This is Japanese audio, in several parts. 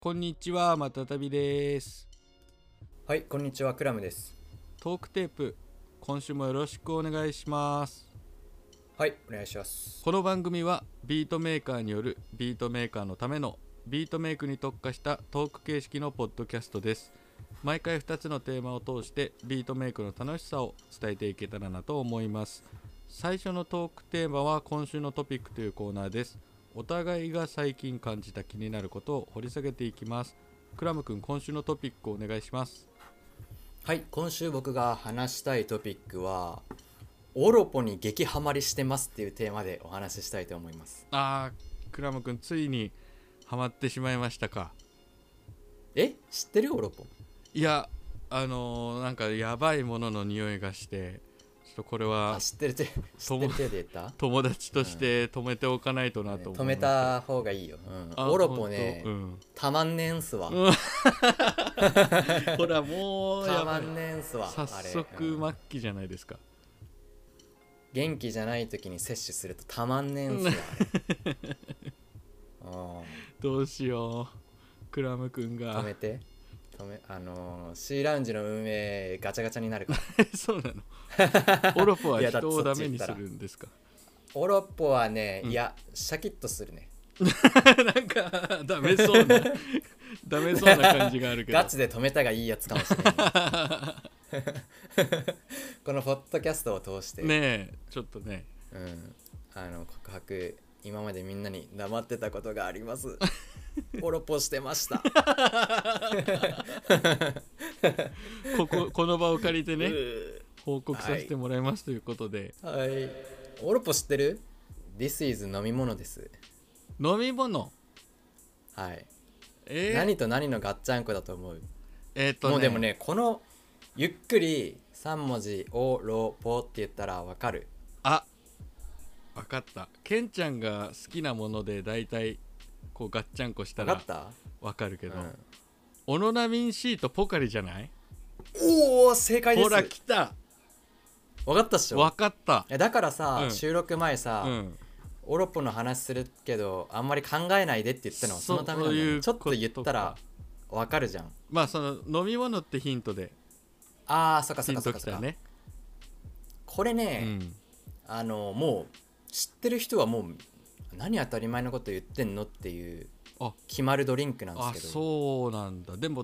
こんにちは、またたびです。 はい、こんにちは、クラムです。 トークテープ、今週もよろしくお願いします。 はい、お願いします。 この番組はビートメーカーによるビートメーカーのためのビートメイクに特化したトーク形式のポッドキャストです。毎回2つのテーマを通してビートメイクの楽しさを伝えていけたらなと思います。最初のトークテーマは今週のトピックというコーナーです。お互いが最近感じた気になることを掘り下げていきます。クラム君、今週のトピックをお願いします。 はい、今週僕が話したいトピックは、オロポに激ハマりしてますっていうテーマでお話ししたいと思います。 クラム君、ついにハマってしまいましたか？ 知ってるオロポ？ いや、なんかやばいものの匂いがして、ちょっとこれは知ってる手で言った？ 友達として止めておかないとなと思いました。 止めた方がいいよ。オロポね、たまんねんすわ。 ほらもうたまんねんすわ。 早速末期じゃないですか。 元気じゃない時に摂取するとたまんねんすわ。 どうしよう、クラム君が止めて。C ラウンジの運営ガチャガチャになるからそうなの？オロポは人をダメにするんですか？ オロポはね、いやシャキッとするね。 なんかダメそうな感じがあるけどガチで止めたがいいやつかもしれないこのポッドキャストを通してねえ、ちょっとね、 告白、今までみんなに黙ってたことがありますオロポしてましたこの場を借りてね報告させてもらいますということで、 はい、オロポ知ってる？ This is 飲み物です。 飲み物？ はい、何と何のガッチャンコだと思う？もうでもね、このゆっくり3文字オロポって言ったらわかる？ わかった。ケンちゃんが好きなものでだいたいこうガッチャンコしたらわかるけど、オロナミン C とポカリじゃない？ おお、正解です。 ほら来た。 わかったっしょ？ わかった。 だからさ、収録前さ、オロポの話するけどあんまり考えないでって言ったのはそのためなんだよ。ちょっと言ったらわかるじゃん。 まあその飲み物ってヒントで。 そっかそっかそっか、 ね、 これね、もう知ってる人はもう何当たり前のこと言ってんのっていう決まるドリンクなんですけど。 そうなんだ。でも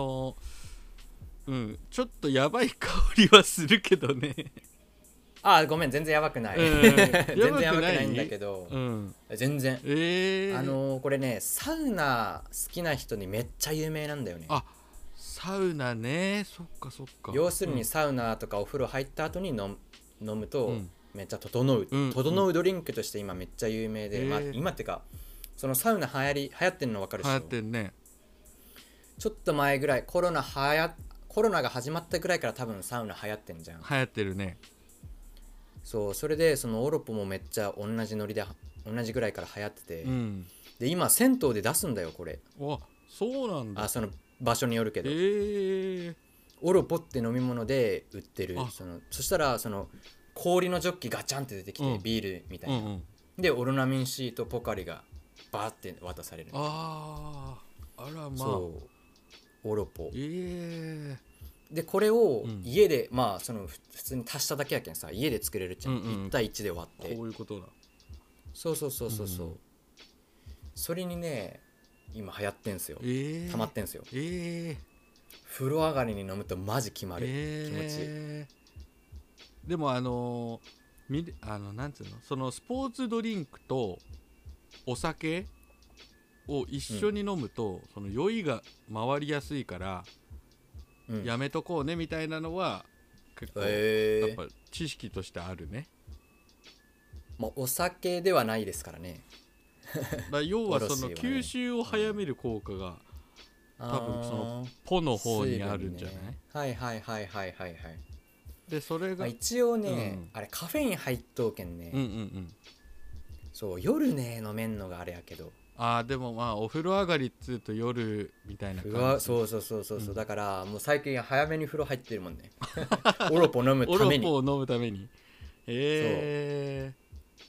ちょっとやばい香りはするけどねごめん、全然やばくない、全然やばくないんだけど、全然、これね、サウナ好きな人にめっちゃ有名なんだよね。 サウナね、そっかそっか。 要するにサウナとかお風呂入った後に飲むとめっちゃ整うドリンクとして今めっちゃ有名で、今ってかそのサウナ流行ってんの分かるでしょ？ 流行ってんね。 ちょっと前ぐらいコロナが始まったぐらいから多分サウナ流行ってんじゃん。 流行ってるね。 そう、それでそのオロポもめっちゃ同じノリで同じぐらいから流行ってて、で今銭湯で出すんだよこれ。 そうなんだ。 その場所によるけど、オロポって飲み物で売ってる。そしたらその氷のジョッキガチャンって出てきて、ビールみたいな、でオロナミン C とポカリがバーって渡される。 あらまあ、 そうオロポ、でこれをうん家で、まあその普通に足しただけやけんさ、家で作れるじゃん、 うんうん、 1対1で割って。 こういうことだ。 そうそうそうそうそう、それにね今流行ってんすよ、溜まってんすよ。風呂上がりに飲むとマジ決まる、気持ちいい。 でもなんつうの、そのスポーツドリンクとお酒を一緒に飲むと、その酔いが回りやすいから、やめとこうねみたいなのは結構、やっぱ知識としてあるね。 まあお酒ではないですからね要はその吸収を早める効果が、多分そのポの方にあるんじゃない？ はい。 でそれが、 一応ね、あれカフェイン入っとうけんね、そう夜ね飲めんのがあれやけど、 でもまあお風呂上がりっつうと夜みたいな感じ。 そう、だからもう最近早めに風呂入ってるもんねオロポ飲むために。 オロポを飲むために。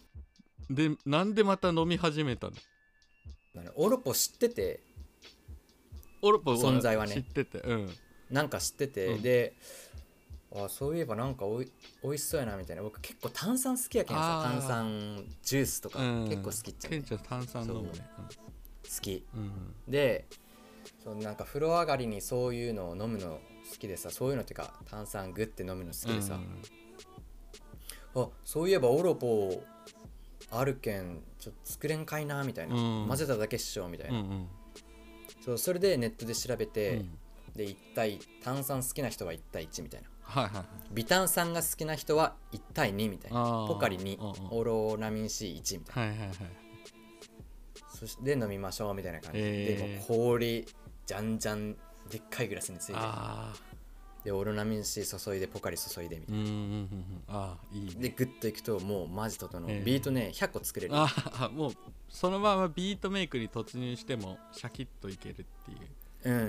でなんでまた飲み始めたの？ オロポ知ってて、 オロポは存在はね知ってて、 なんか知ってて、 うんでそういえばなんかおいしそうやなみたいな。僕結構炭酸好きやけんさ、炭酸ジュースとか結構好きっちゃう、ね、 ケンちゃん炭酸飲むね。 好き、 うんでなんか風呂上がりにそういうのを飲むの好きでさ、そういうのってか炭酸グッて飲むの好きでさ、そういえばオロポあるけんちょっと作れんかいなみたいな、混ぜただけっしょみたいな、それでネットで調べて、で1対炭酸好きな人は1対1みたいな、 はいはいはい、 微炭酸が好きな人は1対2みたいな、ポカリ2、オロナミン C1 みたいな、 はいはいはい、 そして飲みましょうみたいな感じで、もう氷じゃんじゃんでっかいグラスについて、でオロナミン C 注いでポカリ注いでみたいな、 いいね、 でグッといくともうマジ整う、ビートね100個作れる。 もうそのままビートメイクに突入してもシャキッといけるっていう。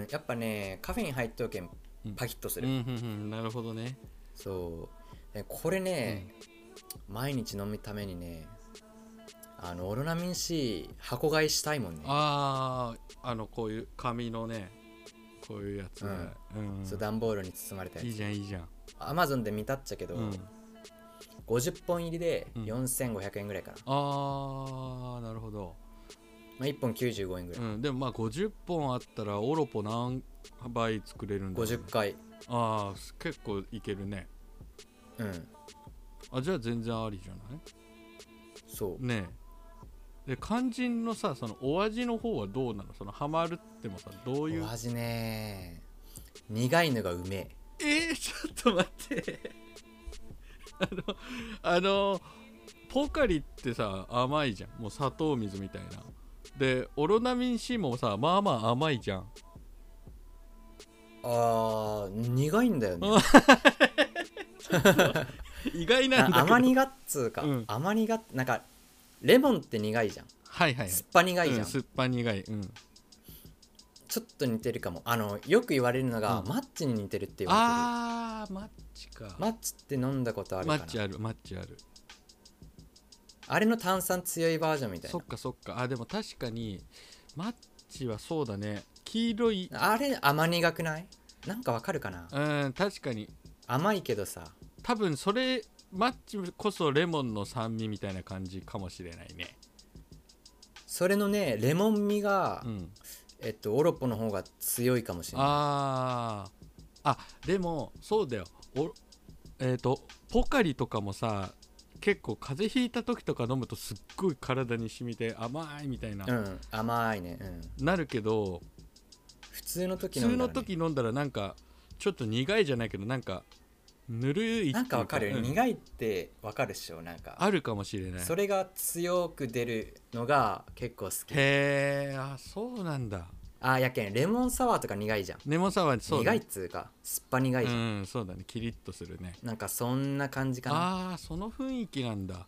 やっぱねカフェイン入っとけんパキッとする、 なるほどね。 そうこれね、毎日飲むためにねオロナミン C 箱買いしたいもんね。 こういう紙のねこういうやつ、 そう段ボールに包まれたやつ。 いいじゃんいいじゃん。 アマゾンで見たっちゃけど、50本入りで4500円ぐらいかな。 なるほど。 1本95円ぐらい、 でもまあ50本あったらオロポ何倍作れるんだろう、ね、 50回。 結構いけるね。じゃあ全然ありじゃない。 そうねで肝心のさ、そのお味の方はどうなの。そのハマるってもさ、どういうお味ね、苦いのがうめえ。ちょっと待ってポカリってさ甘いじゃん、もう砂糖水みたいな。でオロナミン C もさまあまあ甘いじゃん。 苦いんだよね意外なんだけど甘苦っつうか、甘苦なんかレモンって苦いじゃん。 はいはい、 酸っぱ苦いじゃん、 酸っぱ苦い、 ちょっと似てるかも。よく言われるのが、マッチに似てるって言われてる。 マッチか。 マッチって飲んだことあるかな。 マッチあるマッチある。 あれの炭酸強いバージョンみたいな。 そっかそっか。でも確かにマッチはそうだね。黄色いあれ甘苦くない？なんかわかるかな。 確かに甘いけどさ、 多分それマッチこそレモンの酸味みたいな感じかもしれないね。 それのねレモン味が、オロポの方が強いかもしれない。 でもそうだよ。ポカリとかもさ、結構風邪ひいた時とか飲むとすっごい体に染みて甘いみたいな、 甘いね、 なるけど、 普通の時飲んだらなんかちょっと苦いじゃないけど、なんかぬるいっていうか、 なんかわかる、苦いってわかるっしょ。なんかあるかもしれない。 それが強く出るのが結構好き。 へえ、そうなんだ。 やけんレモンサワーとか苦いじゃん。 レモンサワーそうだ、 苦いっつうか酸っぱ苦いじゃん。 そうだね、キリッとするね。 なんかそんな感じかな。 その雰囲気なんだ。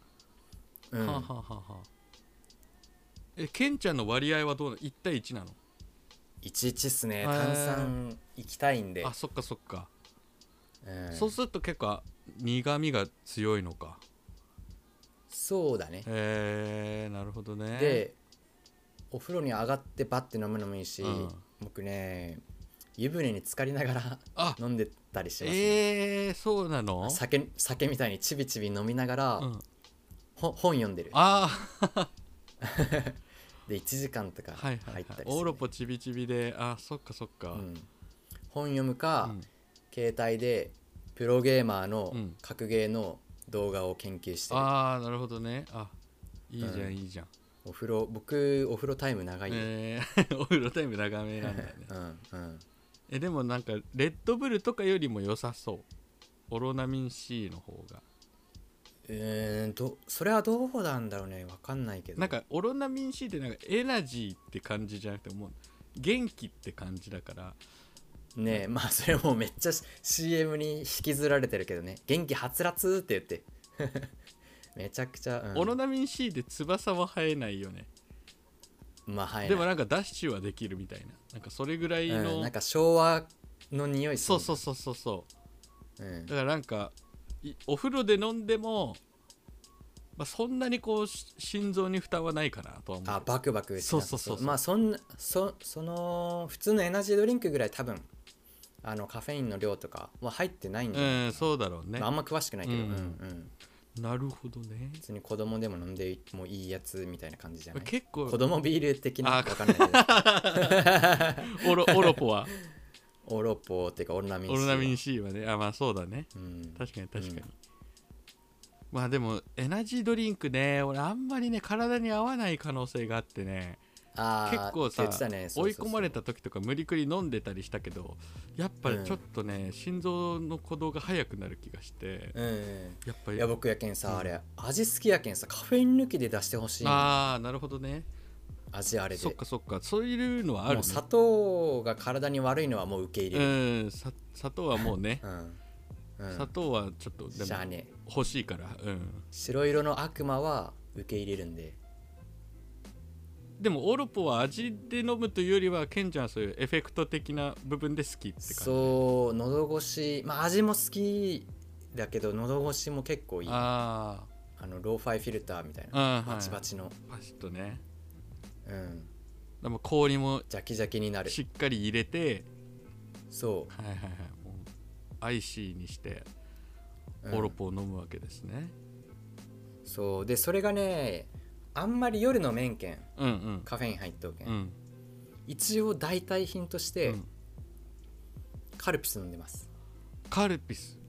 ケンちゃんの割合はどうなの。1対1なの。 11っすね。炭酸いきたいんで。 そっかそっか、そうすると結構苦味が強いのか。 そうだね。 なるほどね。 でお風呂に上がってバッて飲むのもいいし、僕ね湯船に浸かりながら飲んでたりしますね。 そうなの。 酒みたいにちびちび飲みながら、本読んでる。で1時間とか入ったりする、 オーロポちびちびで。そっかそっか、 本読むか、携帯でプロゲーマーの格ゲーの動画を研究してる。 なるほどね。いいじゃん、いいじゃん。 僕お風呂タイム長いよ。 お風呂タイム長めなんだねでもなんかレッドブルとかよりも良さそう、オロナミン C の方が。 それはどうなんだろうね、分かんないけど。 なんかオロナミン C ってなんかエナジーって感じじゃなくて、もう元気って感じだからね。それもめっちゃ CM に引きずられてるけどね。元気はつらつって言ってめちゃくちゃ、 オロナミン C で翼は生えないよね。 生えない。 でもなんかダッシュはできるみたいな、なんかそれぐらいの、 なんか昭和の匂いする。 そう、だからなんかお風呂で飲んでもまあ、そんなにこう心臓に負担はないかなとは思う。 あ、バクバクしそうそうそうそう。 まあその普通のエナジードリンクぐらい多分カフェインの量とかは入ってないんじゃないかな。 そうだろうね、 まあ、あんま詳しくないけど、 なるほどね。 普通に子供でも飲んでもいいやつみたいな感じじゃない。 結構子供ビール的な、わかんないけどオロポはオロポっていうかオロナミン C オロナミン C はね、まあそうだね、 うん確かに、まあでもエナジードリンクね、俺あんまりね体に合わない可能性があってね、結構さ、追い込まれた時とか無理くり飲んでたりしたけど、やっぱりちょっとね、心臓の鼓動が速くなる気がして、やっぱりいや僕やけんさ、あれ味好きやけんさ、カフェイン抜きで出してほしい。 ああ、なるほどね。 味あれで。 そっかそっか、そういうのはあるね。 もう砂糖が体に悪いのはもう受け入れる。 砂糖はもうね、砂糖はちょっとでも欲しいから、 白色の悪魔は受け入れるんで。 でもオロポは味で飲むというよりは、ケンちゃんはそういうエフェクト的な部分で好きって感じ。 そう、喉越し、まあ味も好きだけど喉越しも結構いい。ローファイフィルターみたいな、バチバチのパシッとね。 でも氷もジャキジャキになる、 しっかり入れて、 そうもうアイシーにしてオロポを飲むわけですね。 そうで、それがね、あんまり夜の麺けん、カフェイン入っとうけん、一応代替品として、カルピス飲んでます。 カルピス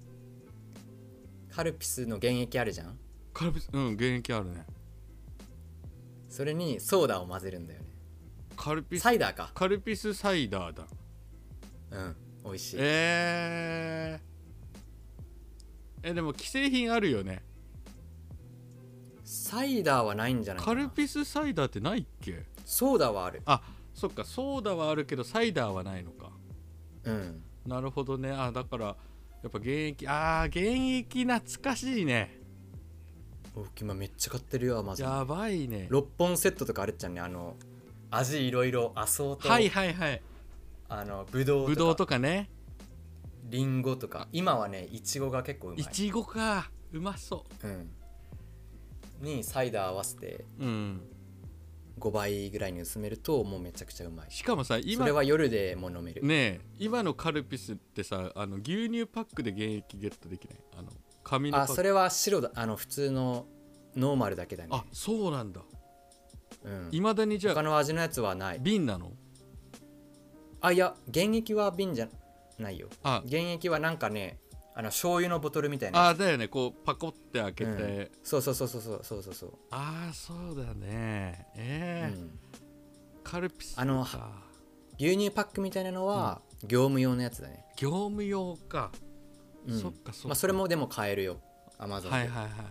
の原液あるじゃん。 カルピス、原液あるね。 それにソーダを混ぜるんだよね。 カルピスサイダーか。 カルピスサイダーだ。 美味しい。 でも既製品あるよね。 サイダーはないんじゃないかな。 カルピスサイダーってないっけ。 ソーダはある。 あ、そっか、ソーダはあるけどサイダーはないのか。なるほどね。だからやっぱ原液、懐かしいね。 僕今めっちゃ買ってるよ、アマゾン。 やばいね。 6本セットとかあるっちゃうね。味いろいろ、アソート、ブドウとかね、リンゴとか。今はね、イチゴが結構うまい。 イチゴか、うまそう。 にサイダー合わせて5倍ぐらいに薄めるともうめちゃくちゃうまい。 しかもさ、 それは夜でも飲めるね。今のカルピスってさ、牛乳パックで原液ゲットできない？紙のパック。 それは白だ。普通のノーマルだけだね。 そうなんだ。いまだにじゃあ他の味のやつはない。 瓶なの？ いや、原液は瓶じゃないよ。原液はなんかね、醤油のボトルみたいな。 だよね、こうパコって開けて、 そうそうだね。カルピスか。 牛乳パックみたいなのは業務用のやつだね。 業務用か。そっかそっか。 それもでも買えるよ、アマゾンで。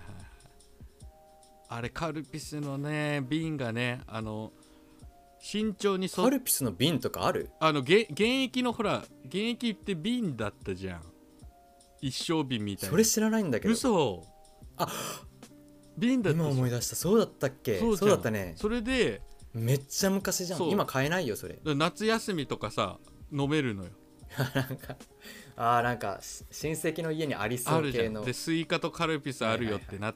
あれカルピスのね瓶がね、慎重にカルピスの瓶とかある？ 原液のほら、原液って瓶だったじゃん。一升瓶みたいな。 それ知らないんだけど。 嘘。瓶だった。 今思い出した。そうだったっけ？そうだったね。 それでめっちゃ昔じゃん。今買えないよそれ。 夏休みとかさ飲めるのよ。 なんか親戚の家にありそう系の。 でスイカとカルピスあるよってなって、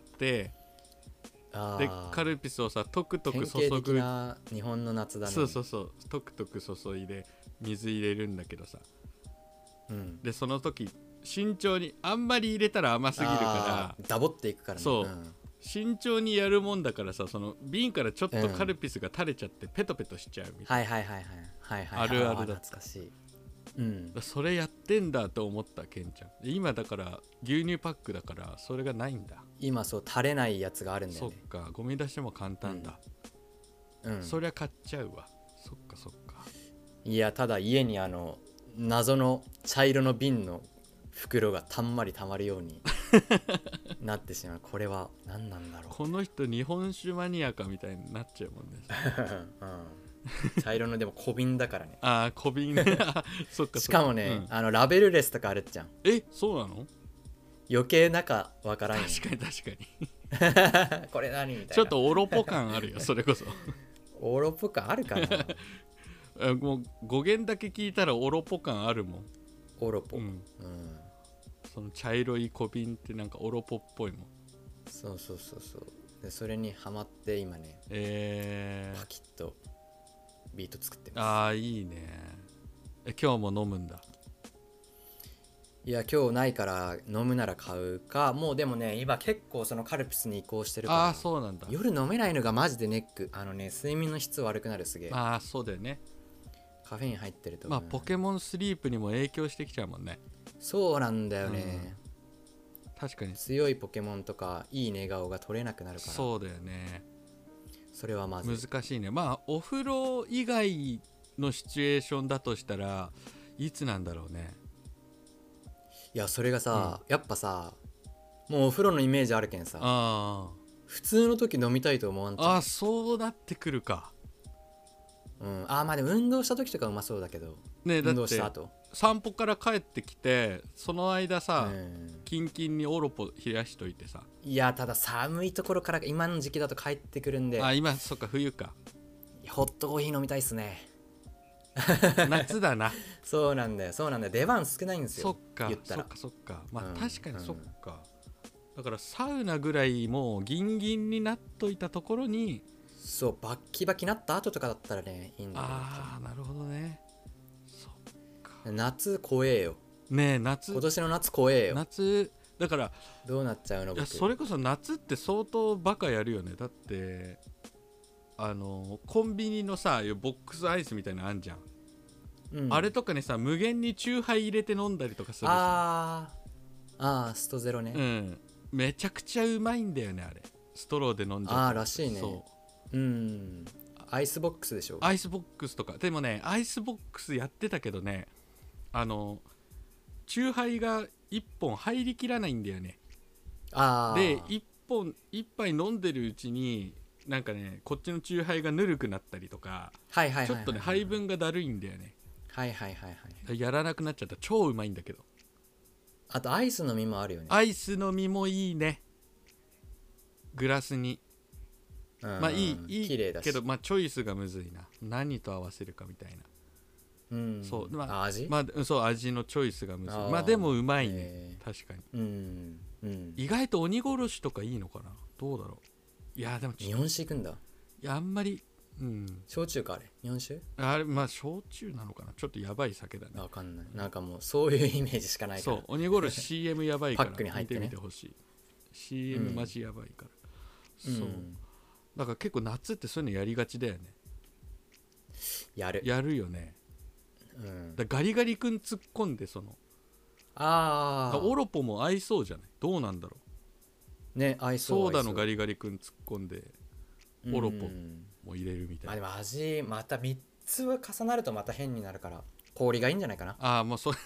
でカルピスをさトクトク注ぐ。 典型的な日本の夏だね。 そうトクトク注いで水入れるんだけどさ、でその時慎重に、あんまり入れたら甘すぎるからダボっていくからね。 慎重にやるもんだからさ、その瓶からちょっとカルピスが垂れちゃってペトペトしちゃうみたいな。あるあるだ。 懐かしい。 それやってんだと思ったケンちゃん。今だから牛乳パックだからそれがないんだ。 今垂れないやつがあるんだよね。 そっか、ゴミ出しも簡単だ。そりゃ買っちゃうわ。そっか。 いや、ただ家に謎の茶色の瓶の袋がたんまりたまるようになってしまう。これは何なんだろう。 この人日本酒マニアかみたいになっちゃうもんね。 茶色のでも小瓶だからね。 小瓶ね。そっか。 しかもね、ラベルレスとかあるじゃん。 そうなの？ 余計中わからんよ。 確かにこれ何みたいな。 ちょっとオロポ感あるよ。それこそオロポ感あるかな。 もう語源だけ聞いたらオロポ感あるもん。 オロポ、 その茶色い小瓶ってなんかオロポっぽいもん。 そうでそれにハマって今ねパキッとビート作ってます。 ああいいね。今日も飲むんだ。 いや今日ないから飲むなら買うか。もうでもね今結構そのカルピスに移行してるから。 ああそうなんだ。 夜飲めないのがマジでネック。睡眠の質悪くなるすげえ。 ああそうだよね。 カフェイン入ってると。 まあポケモンスリープにも影響してきちゃうもんね。 そうなんだよね、 確かに強いポケモンとかいい寝顔が取れなくなるから。 そうだよね。 それはまず難しいね。まあお風呂以外のシチュエーションだとしたらいつなんだろうね。 いやそれがさ、やっぱさもうお風呂のイメージあるけんさ、普通の時飲みたいと思わんちゃう。 あそうなってくるか。 まあでも運動した時とかうまそうだけどね。だ運動っしてた後散歩から帰ってきてその間さ、キンキンにオロポ冷やしといてさ。 いやただ寒いところから今の時期だと帰ってくるんで。 今そっか冬か。 ホットコーヒー飲みたいっすね。 夏だな。 そうなんだよ出番少ないんですよ。 そっか言ったらそっかまあ、確かにそっか、だからサウナぐらいもうギンギンになっといたところにそうバッキバキなった後とかだったらねいいんだけど。 ああなるほどね。そっか夏怖えよね。夏今年の夏怖えよ。 夏だからどうなっちゃうの。 いやそれこそ夏って相当バカやるよね。だってコンビニのさボックスアイスみたいなのあんじゃん、あれとかにさ無限にチューハイ入れて飲んだりとかするし。 ストゼロね。 めちゃくちゃうまいんだよねあれ。ストローで飲んじゃう。 らしいね。そうアイスボックスでしょ。 アイスボックスとかでもねアイスボックスやってたけどねチューハイが1本入りきらないんだよね。で1杯飲んでるうちになんかねこっちのチューハイがぬるくなったりとか、ちょっとね配分がだるいんだよね。やらなくなっちゃった。超うまいんだけど。 あとアイスの実もあるよね。 アイスの実もいいね。グラスにまあいい綺麗だしけど、まあチョイスがむずいな。何と合わせるかみたいな。そう、 味そう味のチョイスがむずい。まあでもうまいね、確かに。意外と鬼殺しとかいいのかな。どうだろう。いやでも日本酒いくんだ。 いやあんまり焼酎かあれ日本酒あれまあ焼酎なのかな。ちょっとやばい酒だね。 わかんない。なんかもうそういうイメージしかないから。 そう鬼殺し CM やばいからパックに入ってね見てみてほしい。CM マジやばいから、そうだから結構夏ってそういうのやりがちだよね。 やるよね。だガリガリ君突っ込んでそのオロポも合いそうじゃない。どうなんだろうね。合いそう。 ソーダのガリガリ君突っ込んでオロポも入れるみたいな。 でも味また3つ重なるとまた変になるから氷がいいんじゃないかな。 もうそこ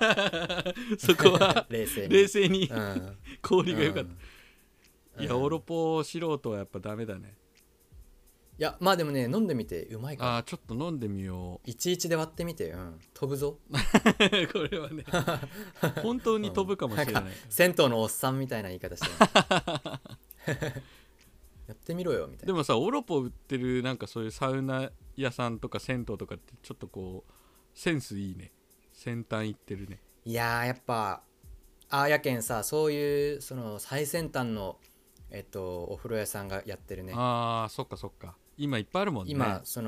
は冷静に氷が良かった。いやオロポ素人はやっぱダメだね。 いやまあでもね飲んでみてうまいから。 ちょっと飲んでみよう。 11で割ってみて、飛ぶぞこれはね本当に飛ぶかもしれない、 銭湯のおっさんみたいな言い方してやってみろよみたいな。 でもさオロポ売ってるなんかそういうサウナ屋さんとか銭湯とかってちょっとこうセンスいいね。先端いってるね。 いややっぱやけんさそういうその最先端のお風呂屋さんがやってるね。 そっかそっか。今いっぱいあるもんね。 今そう、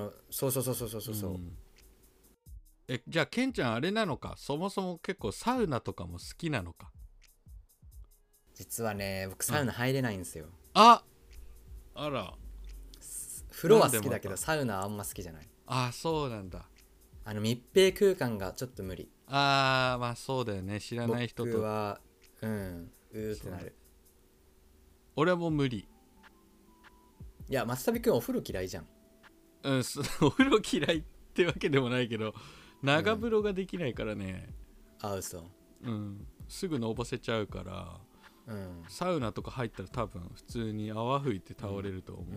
じゃあケンちゃんあれなのか。そもそも結構サウナとかも好きなのか。 実はね僕サウナ入れないんですよ、 あら。 風呂は好きだけどサウナはあんま好きじゃない。 そうなんだ。 密閉空間がちょっと無理。 まあそうだよね。知らない人と僕はうーってなる。 俺はもう無理。 いや松旅くんお風呂嫌いじゃん。 お風呂嫌いってわけでもないけど長風呂ができないからね。 嘘。 すぐのぼせちゃうから、サウナとか入ったら多分普通に泡吹いて倒れると思う。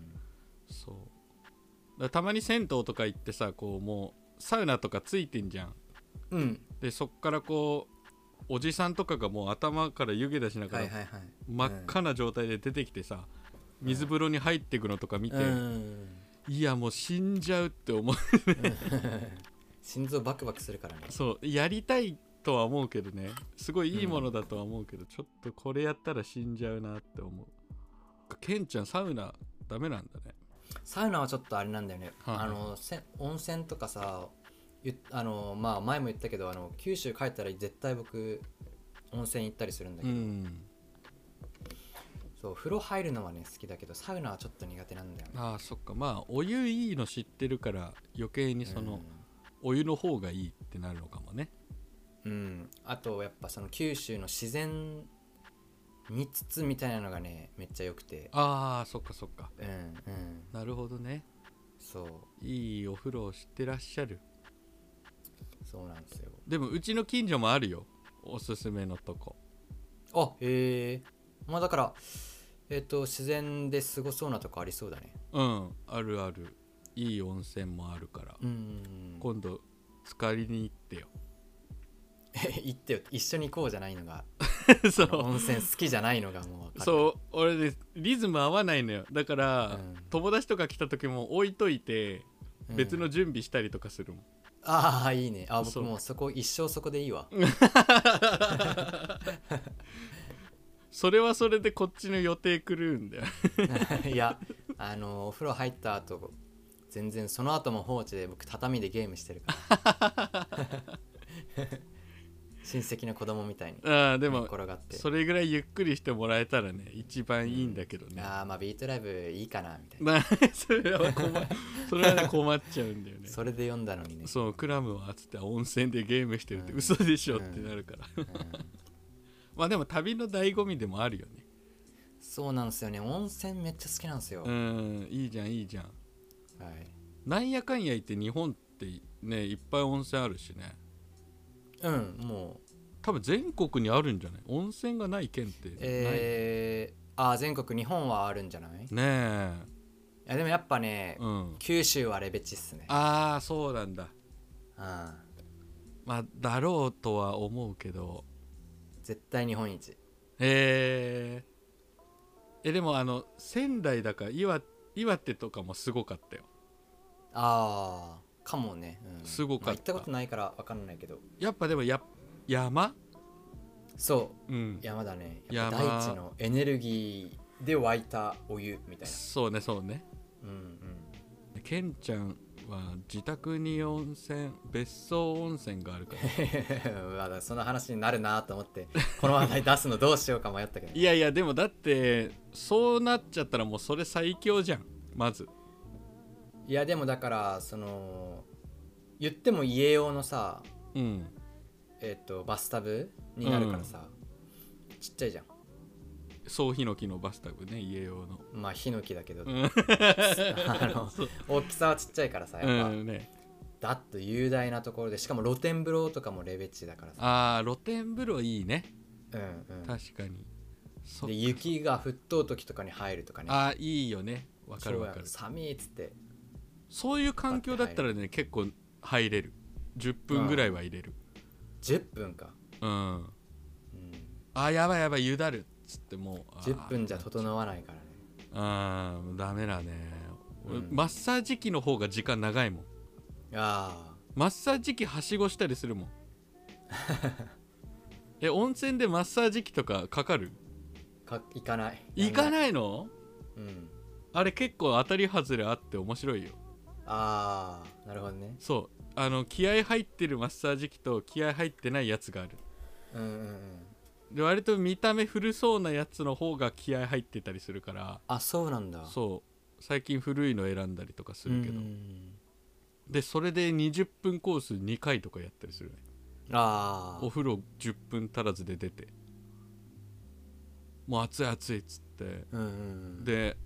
そうだたまに銭湯とか行ってさこうもうサウナとかついてんじゃん。でそっからこうおじさんとかがもう頭から湯気出しながら真っ赤な状態で出てきてさ、水風呂に入っていくのとか見て、いやもう死んじゃうって思う心臓バクバクするからね。 そうやりたいとは思うけどね。すごいいいものだとは思うけど、ちょっとこれやったら死んじゃうなって思う。 か、ケンちゃんサウナダメなんだね。 サウナはちょっとあれなんだよね、 はい温泉とかさ、まあ前も言ったけど九州帰ったら絶対僕温泉行ったりするんだけど、そう風呂入るのはね好きだけどサウナはちょっと苦手なんだよね。 ああそっか、まあお湯いいの知ってるから余計にその、お湯の方がいいってなるのかもね。 あとやっぱその九州の自然見つつみたいなのがねめっちゃ良くて。 ああそっかそっか、なるほどね。 そういいお風呂を知ってらっしゃる。 そうなんですよ。 でもうちの近所もあるよ、おすすめのとこ。 へえ。まあだから自然で過ごそうなとこありそうだね。 あるある。いい温泉もあるから、今度浸かりに行ってよ。 行ってよ、一緒に行こうじゃないのがそう温泉好きじゃないのがもうそう俺ねリズム合わないのよ。だから、友達とか来た時も置いといて別の準備したりとかするもん。 ああいいね。僕もうそこ一生そこでいいわそれはそれでこっちの予定狂うんだよいやお風呂入った後全然その後も放置で僕畳でゲームしてるから親戚の子供みたいにでも転がって、 それぐらいゆっくりしてもらえたらね一番いいんだけどね。 まあビートライブいいかなみたいなそれはね困っちゃうんだよね。 それで読んだのにね。 そうクラムはつって温泉でゲームしてるって嘘でしょってなるからまあでも旅の醍醐味でもあるよね。 そうなんですよね。温泉めっちゃ好きなんですよ。 いいじゃんいいじゃん。 はい。 なんやかんや言って日本ってねいっぱい温泉あるしね。 もう多分全国にあるんじゃない？温泉がない県ってない？ 全国日本はあるんじゃない？ ねえ。 いやでもやっぱね、九州はレベチっすね。 ああそうなんだ。まあだろうとは思うけど絶対日本一。 でも仙台だか岩手とかもすごかったよ。 かもね、 すごかった、 行ったことないから分かんないけど、 やっぱでも山そう、山だね。やっぱ大地のエネルギーで湧いたお湯みたいな。 そうねケンちゃんは自宅に別荘温泉があるからまだその話になるなと思ってこの話題出すのどうしようか迷ったけどいやでもだってそうなっちゃったらもうそれ最強じゃんまず。 いやでもだから言っても家用のさ、バスタブになるからさ、ちっちゃいじゃん。 総ヒノキのバスタブね、家用の。 まあヒノキだけど、大きさはちっちゃいからさ、やっぱ、だっと雄大なところで、しかも露天風呂とかもレベチだからさ。 露天風呂いいね。確かに。 で雪が降っとう時とかに入るとかね。 いいよね。わかるわかる。 寒いっつって。 そういう環境だったらね結構入れる。10分ぐらいは入れる。 10分か。 やばいやばいゆだるっつってもう 10分じゃ整わないからね。ダメだね。マッサージ機の方が時間長いもん。マッサージ機はしごしたりするもん温泉でマッサージ機とかかかる？ 行かない。 行かないの？あれ結構当たり外れあって面白いよ。 なるほどね。 そう気合入ってるマッサージ機と気合入ってないやつがある。で割と見た目古そうなやつの方が気合入ってたりするから。 そうなんだ。 最近古いの選んだりとかするけど、でそれで20分コース2回とかやったりするね。お風呂10分足らずで出てもう暑い暑いっつって、で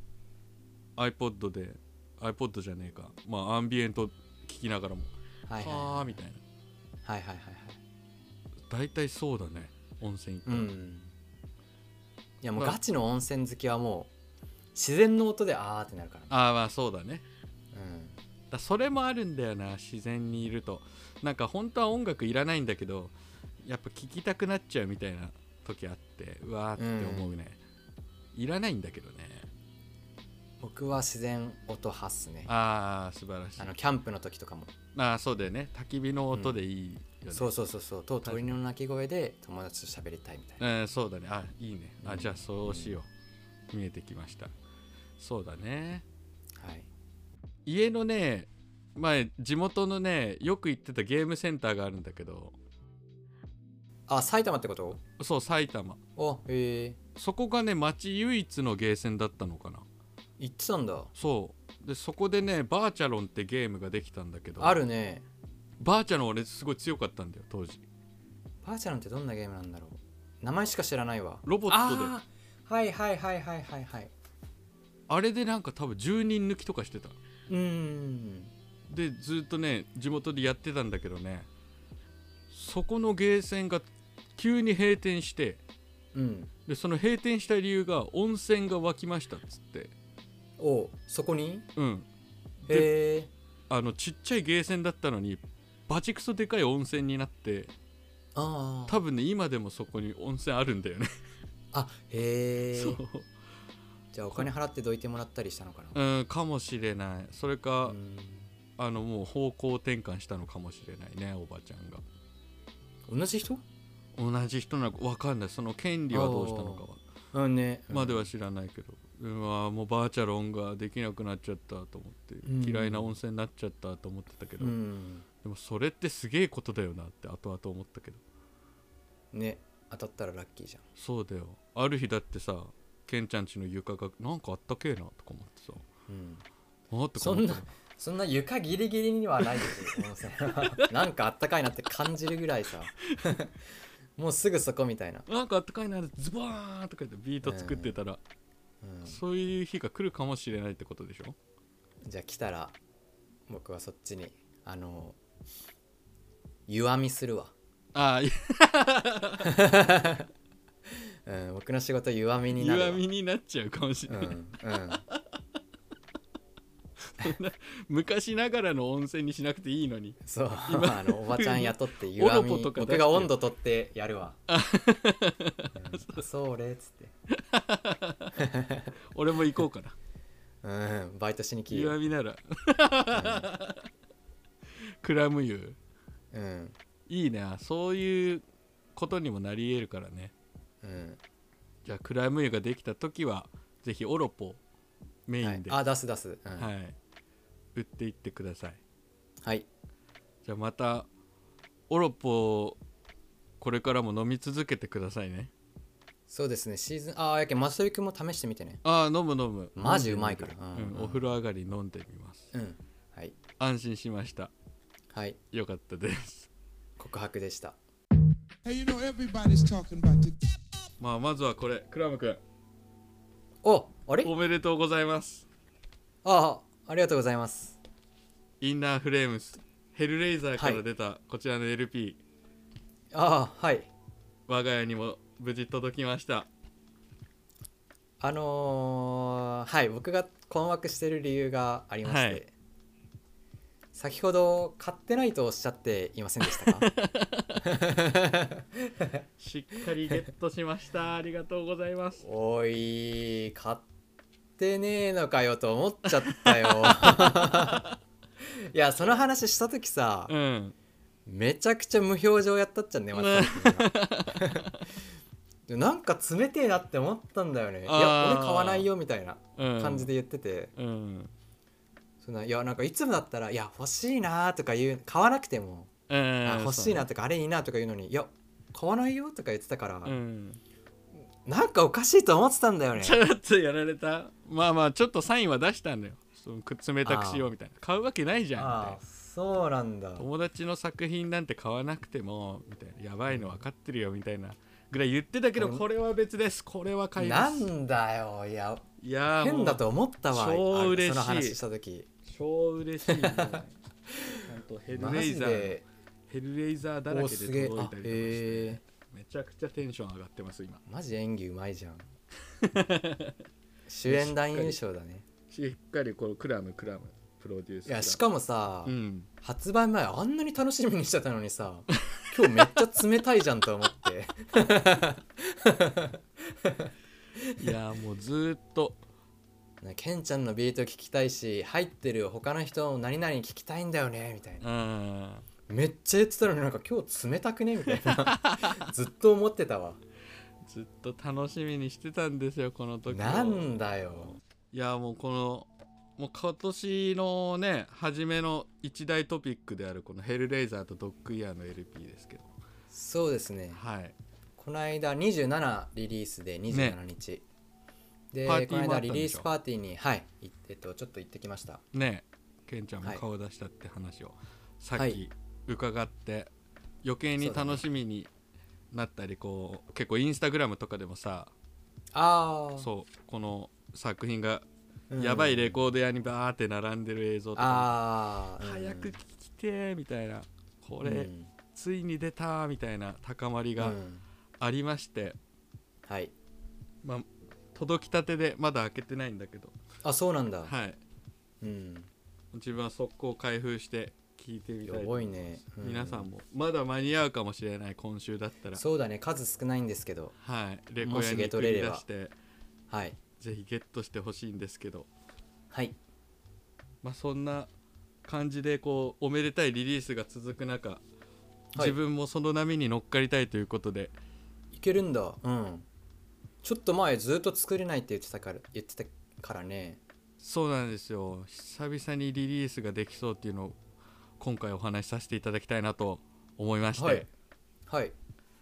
iPod じゃねえか、アンビエント聞きながらもはあみたいな。大体そうだね温泉行ったら。いやもうガチの温泉好きはもう自然の音でってなるから、 まあそうだね。それもあるんだよな。自然にいるとなんか本当は音楽いらないんだけどやっぱ聴きたくなっちゃうみたいな時あって、うわーって思うね。いらないんだけどね。 僕は自然音発すね。 素晴らしい。 キャンプの時とかもそうだよね。焚き火の音でいいよね。 そうと鳥の鳴き声で友達と喋りたいみたいな。 そうだね。いいね。じゃあそうしよう。 見えてきました。そうだね、 はい、 家のね前地元のねよく行ってたゲームセンターがあるんだけど。 あ、埼玉ってこと？ そう埼玉。 へえ。 そこがね町唯一のゲーセンだったのかな。 行ってたんだ。 そうでそこでねバーチャロンってゲームができたんだけど。 あるね。 バーチャロン俺すごい強かったんだよ当時。 バーチャロンってどんなゲームなんだろう。名前しか知らないわ。 ロボットで。 はいはいはいはいはいはい。 あれでなんか多分10人抜きとかしてた。でずっとね地元でやってたんだけどね、そこのゲーセンが急に閉店して、でその閉店した理由が温泉が湧きましたっつって。 そこに？ でちっちゃいゲーセンだったのにバチクソでかい温泉になって、多分ね今でもそこに温泉あるんだよね。 そうじゃあお金払ってどいてもらったりしたのかな。 かもしれない。それかもう方向転換したのかもしれないね、おばちゃんが。同じ人なのか分かんない。その権利はどうしたのかはまでは知らないけど、もうバーチャロンができなくなっちゃったと思って、嫌いな温泉になっちゃったと思ってたけど、でもそれってすげえことだよなって後々思ったけどね。当たったらラッキーじゃん。 そうだよ。ある日だってさ、ケンちゃんちの床がなんかあったけえなとか思ってさ、 そんな床ギリギリにはないですよ温泉は。なんかあったかいなって感じるぐらいさもうすぐそこみたいな。 なんかあったかいなってズバーンとか言ってビート作ってたら、そういう日が来るかもしれないってことでしょ。 じゃあ来たら僕はそっちに湯編みするわ。僕の仕事湯編みになるわ。 湯編みになっちゃうかもしれない、昔ながらの温泉にしなくていいのに。 そうおばちゃん雇って湯編み僕が温度取ってやるわ。それっつって俺も行こうかな。バイトしに来る湯編みならクラム湯。いいね。そういうことにもなり得るからね。じゃあクラム湯ができた時はぜひオロポメインで、 出す、 売っていってください。 はい。 じゃあまたオロポこれからも飲み続けてくださいね。 そうですね。シーズンやけんマストリ君も試してみてね。 飲むマジうまいから、 お風呂上がり飲んでみます。 はい。 安心しました。 はい。 よかったです。 告白でした。 まずはこれ、クラム君。 あれ？ おめでとうございます。 ありがとうございます。 インナーフレームスヘルレイザーから出たこちらの LP、 はい。 我が家にも無事届きました。 僕が困惑してる理由がありまして、先ほど買ってないとおっしゃっていませんでしたか？ しっかりゲットしました。ありがとうございます。 おい、買ってねえのかよと思っちゃったよ。いや、その話した時さ、めちゃくちゃ無表情やったっちゃね、なんか冷てえなって思ったんだよね。いや、俺買わないよみたいな感じで言ってて、いやなんかいつもだったらいや欲しいなとか言う、買わなくても、欲しいなとかあれいいなとか言うのに、いや買わないよとか言ってたから、なんかおかしいと思ってたんだよね。 ちょっとやられた。ちょっとサインは出したんだよ。冷たくしようみたいな。買うわけないじゃんみたいな。 そうなんだ。 友達の作品なんて買わなくてもみたいな、やばいの分かってるよみたいなぐらい言ってたけど、これは別です。これは買います。 なんだよ。いや変だと思ったわ。 超嬉しい。 その話した時超嬉しい。ちゃんとヘルレイザーだらけで届いたりとかして、めちゃくちゃテンション上がってます今。 マジ演技うまいじゃん。主演男優賞だね。 しっかりこのクラムプロデュース。 いやしかもさ、発売前あんなに楽しみにしてたのにさ、今日めっちゃ冷たいじゃんと思って。 いやもうずっとケンちゃんのビート聞きたいし、入ってる他の人の何々聞きたいんだよねみたいな、めっちゃ言ってたのになんか今日冷たくねみたいなずっと思ってたわ。 ずっと楽しみにしてたんですよこの時。 なんだよ。 いやもうもう今年のね初めの一大トピックであるこのヘルレイザーとドッグイヤーの LP ですけど。 そうですね。 はい。 この間27リリースで27日、ね、でこの間リリースパーティーにちょっと行ってきましたね。ケンちゃんも顔出したって話をさっき伺って、余計に楽しみになったり、こう結構インスタグラムとかでもさ、そうこの作品がやばいレコード屋にバーって並んでる映像とか、早く聴きてみたいな、これ、ついに出たみたいな高まりがありまして、まあ届きたてでまだ開けてないんだけど。 あ、そうなんだ。 はい。自分は速攻開封して聞いてみたい。 すごいね。 皆さんもまだ間に合うかもしれない。今週だったら。 そうだね、数少ないんですけど、 はい、レコヤに繰り出して、 はい、 ぜひゲットしてほしいんですけど、 はい。 まあそんな感じでこうおめでたいリリースが続く中、自分もその波に乗っかりたいということで、 いけるんだ。ちょっと前ずっと作れないって言ってたからね。 そうなんですよ。久々にリリースができそうっていうのを今回お話しさせていただきたいなと思いまして、 はい、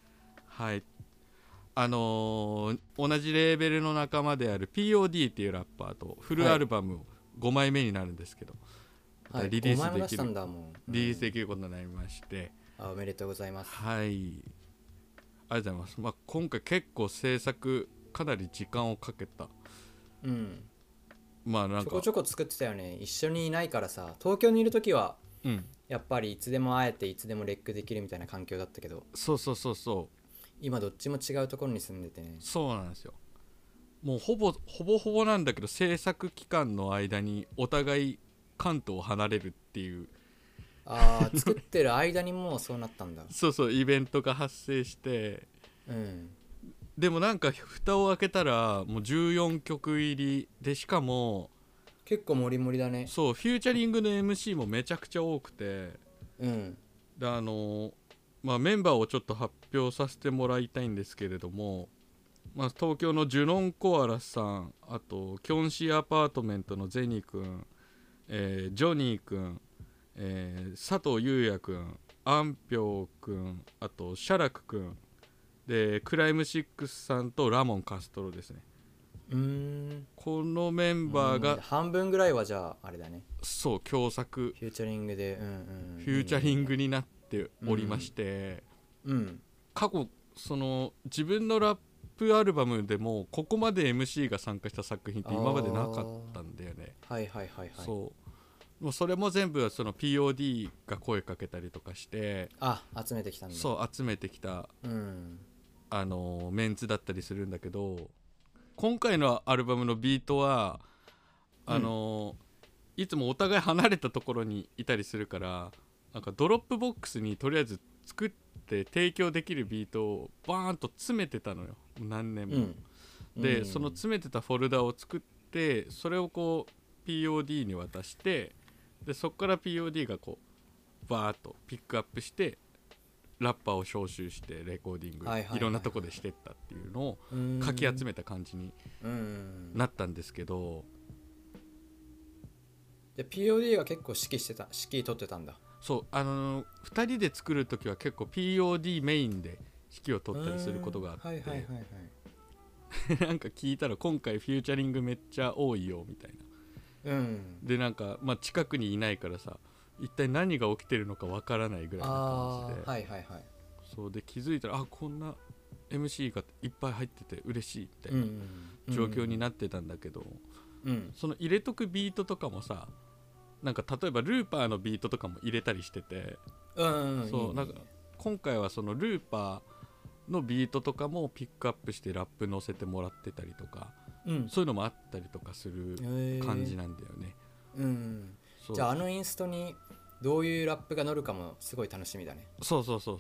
同じレーベルの仲間である POD っていうラッパーとフルアルバムを5枚目になるんですけど、リリースできることになりまして、 おめでとうございます。 はい、ありがとうございます。今回結構制作かなり時間をかけた。なんかちょこちょこ作ってたよね。一緒にいないからさ、東京にいる時は、やっぱりいつでも会えていつでもレックできるみたいな環境だったけど、 そう今どっちも違うところに住んでてね。 そうなんですよ。もうほぼなんだけど、制作期間の間にお互い関東を離れるっていう。 作ってる間にもうそうなったんだ。 そうイベントが発生して、でもなんか蓋を開けたらもう14曲入りで、しかも結構モリモリだね。 そうフューチャリングの MC もめちゃくちゃ多くて、でメンバーをちょっと発表させてもらいたいんですけれども、東京のジュノンコアラさん、あとキョンシーアパートメントのゼニくん、ジョニーくん、佐藤優也くん、アンピョウくん、あとシャラクくんで、クライムシックスさんとラモン・カストロですね。このメンバーが半分ぐらいはじゃああれだね。 そう共作フューチャリングで、 フューチャリングになっておりまして、過去その自分のラップアルバムでもここまで MC が参加した作品って今までなかったんだよね。もうそれも全部その POD が声かけたりとかして集めてきたんだ。 集めてきた、メンツだったりするんだけど、今回のアルバムのビートはいつもお互い離れたところにいたりするから、なんかドロップボックスにとりあえず作って提供できるビートをバーンと詰めてたのよ、何年も。でその詰めてたフォルダを作って、それをこう POD に渡して、でそこから POD がこうバーッとピックアップしてラッパーを招集してレコーディングいろんなとこでしてったっていうのをかき集めた感じになったんですけど、 で POD が結構指揮取ってたんだ。 そう2人で作るときは結構 POD メインで指揮を取ったりすることがあって、なんか聞いたら今回フューチャリングめっちゃ多いよみたいな。でなんか、近くにいないからさ、一体何が起きてるのかわからないぐらいな感じで、そうで気づいたらこんな MC がいっぱい入ってて嬉しいみたいな状況になってたんだけど、その入れとくビートとかもさ、なんか例えばルーパーのビートとかも入れたりしてて、そうなんか今回はそのルーパーのビートとかもピックアップしてラップ乗せてもらってたりとか、そういうのもあったりとかする感じなんだよね。 じゃあインストにどういうラップが乗るかもすごい楽しみだね。 そう、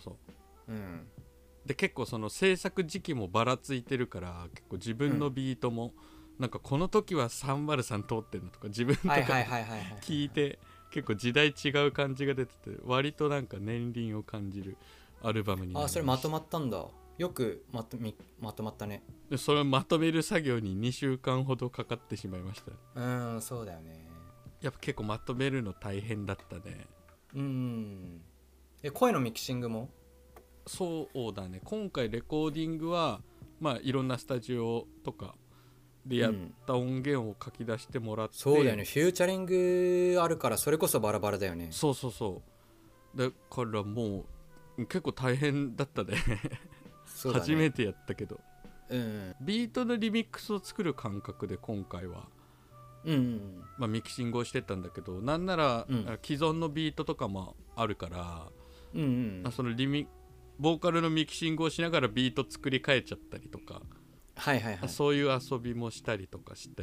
で結構その制作時期もばらついてるから、結構自分のビートもなんかこの時は303通ってるのとか自分とか聞いて結構時代違う感じが出てて、割となんか年輪を感じるアルバムになりました。 それまとまったんだ。 よくまとまったね。 でそれをまとめる作業に2週間ほどかかってしまいました。 そうだよね。 やっぱ結構まとめるの大変だったね。 声のミキシングも？ そうだね、今回レコーディングはまあいろんなスタジオとかでやった音源を書き出してもらって、 そうだよね、フューチャリングあるからそれこそバラバラだよね。 そうだからもう結構大変だったねそうだね、 初めてやったけど、 うんビートのリミックスを作る感覚で今回は、まあ、ミキシングをしてたんだけど、なんなら、既存のビートとかもあるから、そのボーカルのミキシングをしながらビート作り変えちゃったりとか、そういう遊びもしたりとかして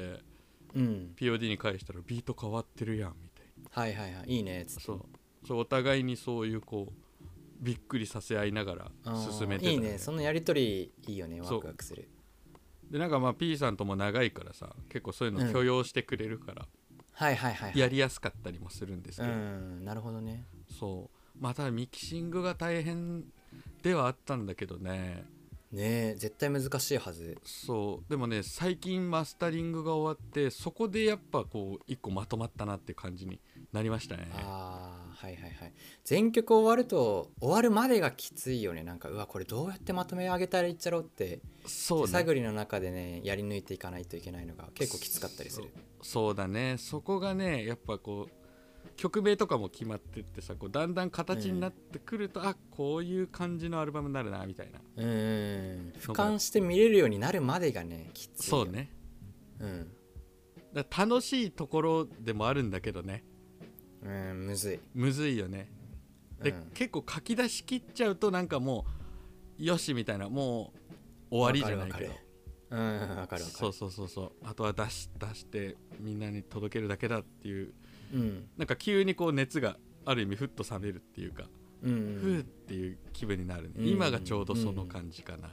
、POD に返したらビート変わってるやんみたいな、 いいねっつって、 そうお互いにそういうこうびっくりさせ合いながら進めてた、 いいね、そのやりとりいいよね、ワクワクする。 でなんかまあ P さんとも長いからさ、結構そういうの許容してくれるから、やりやすかったりもするんですけど、 なるほどね。 そうまあただミキシングが大変ではあったんだけどね。 絶対難しいはず。 そうでもね、最近マスタリングが終わって、そこでやっぱこう一個まとまったなって感じになりましたね。 全曲終わると終わるまでがきついよね。なんかうわこれどうやってまとめ上げたらいっちゃろうって、手探りの中でねやり抜いていかないといけないのが結構きつかったりする。 そうだね、そこがねやっぱこう曲名とかも決まってってさ、こうだんだん形になってくると、あこういう感じのアルバムになるなみたいな、 俯瞰して見れるようになるまでがねきついよ。 そうね、だ楽しいところでもあるんだけどね、 むずいよね。で、結構書き出しきっちゃうとなんかもうよしみたいな、もう終わりじゃないけど、 わかる。 そうあとは出してみんなに届けるだけだっていう、なんか急にこう熱がある意味ふっと冷めるっていうか、ふーっていう気分になるね、今がちょうどその感じかな。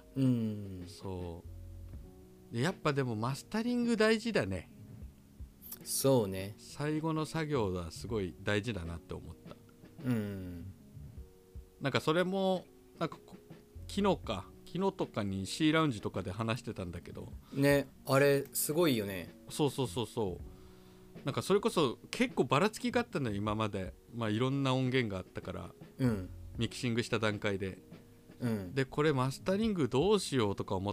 そうでやっぱでもマスタリング大事だね。 そうね、 最後の作業はすごい大事だなって思った。なんかそれもなんか昨日とかに C ラウンジとかで話してたんだけどね、あれすごいよね。 そうなんかそれこそ結構ばらつきがあったのよ今まで。まあいろんな音源があったから、ミキシングした段階で、でこれマスタリングどうしようとか思って、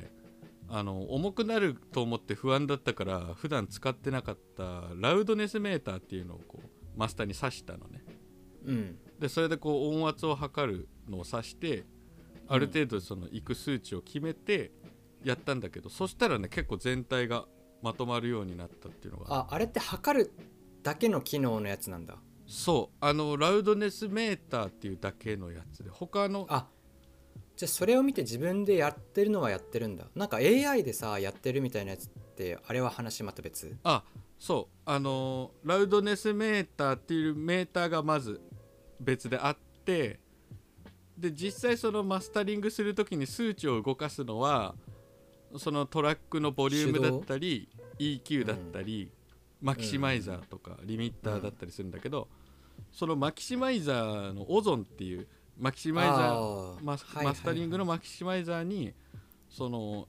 重くなると思って不安だったから普段使ってなかったラウドネスメーターっていうのをこうマスターに挿したのね。でそれでこう音圧を測るのを挿して、ある程度そのいく数値を決めてやったんだけど、そしたらね結構全体がまとまるようになったっていうのが。 あれって測るだけの機能のやつなんだ。 そうラウドネスメーターっていうだけのやつで、他のじゃあそれを見て自分でやってるのはやってるんだ。なんか AI でさやってるみたいなやつって、あれは話また別？ そうラウドネスメーターっていうメーターがまず別であって、で実際そのマスタリングするときに数値を動かすのはそのトラックのボリュームだったり EQ だったり、マキシマイザーとかリミッターだったりするんだけど、そのマキシマイザーのオゾンっていうマキシマイザーマスタリングのマキシマイザーにその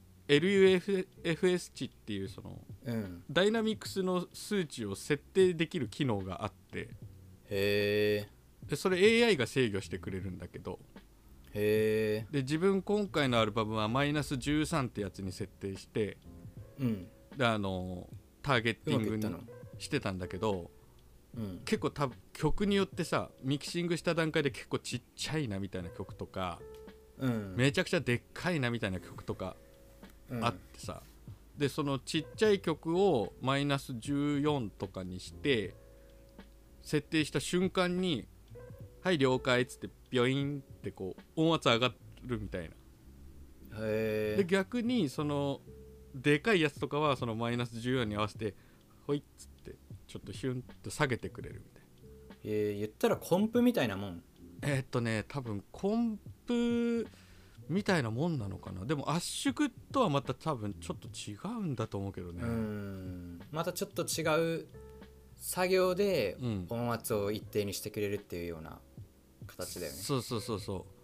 LUFS 値っていうその、ダイナミクスの数値を設定できる機能があって、でそれ AI が制御してくれるんだけど、で自分今回のアルバムはマイナス13ってやつに設定して、でターゲッティングにしてたんだけど、結構曲によってさミキシングした段階で結構ちっちゃいなみたいな曲とか、めちゃくちゃでっかいなみたいな曲とかあってさ、でそのちっちゃい曲をマイナス14とかにして設定した瞬間にはい了解っつってビョインってこう音圧上がるみたいな。で逆にそのでかいやつとかはそのマイナス14に合わせてほいっつってちょっとヒュンと下げてくれるみたいな。 言ったらコンプみたいなもん？ 多分コンプみたいなもんなのかな。でも圧縮とはまた多分ちょっと違うんだと思うけどね。 またちょっと違う作業で音圧を一定にしてくれるっていうような形だよね。 そう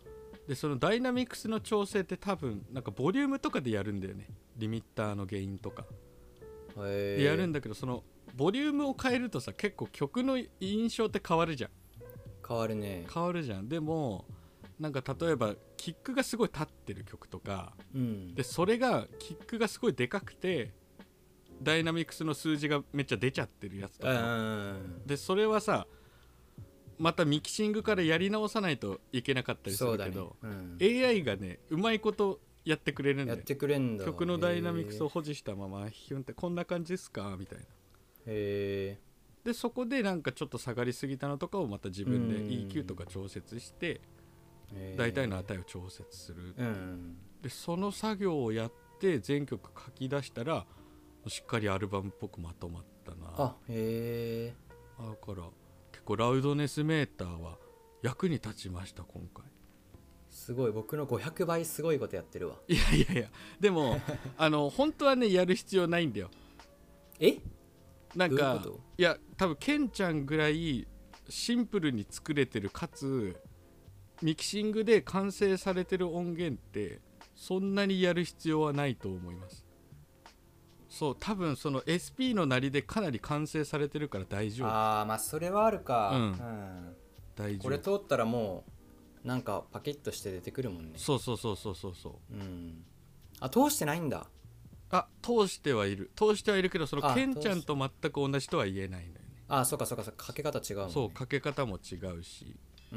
でそのダイナミクスの調整って多分なんかボリュームとかでやるんだよね。リミッターのゲインとかでやるんだけど、そのボリュームを変えるとさ結構曲の印象って変わるじゃん。 変わるね。 変わるじゃん。でもなんか例えばキックがすごい立ってる曲とか、 うん、 でそれがキックがすごいでかくてダイナミクスの数字がめっちゃ出ちゃってるやつとかで、それはさまたミキシングからやり直さないといけなかったりするけど、ね、AI がねうまいことやってくれるんだよ。 やってくれんだ。 曲のダイナミクスを保持したままヒュンってこんな感じですかみたいな。 へでそこでなんかちょっと下がりすぎたのとかをまた自分で EQ とか調節して大体の値を調節する、でその作業をやって全曲書き出したらしっかりアルバムっぽくまとまったな。 あ、へえ。 だから結構ラウドネスメーターは役に立ちました今回。 すごい、僕の500倍すごいことやってるわ。 いやいやいや、でも本当はねやる必要ないんだよ。 え、 なんかどういうこと？ いや多分ケンちゃんぐらいシンプルに作れてるかつミキシングで完成されてる音源ってそんなにやる必要はないと思います。そう多分その SP のなりでかなり完成されてるから大丈夫。 ああ、まあそれはあるか。 大丈夫。 これ通ったらもうなんかパキッとして出てくるもんね。 そうそうそうそうそうそう。 あ、通してないんだ。 あ、通してはいるけどそのケンちゃんと全く同じとは言えないんだよね。 あ、そうかそうか、かけ方違うもんね。 そうかけ方も違うし、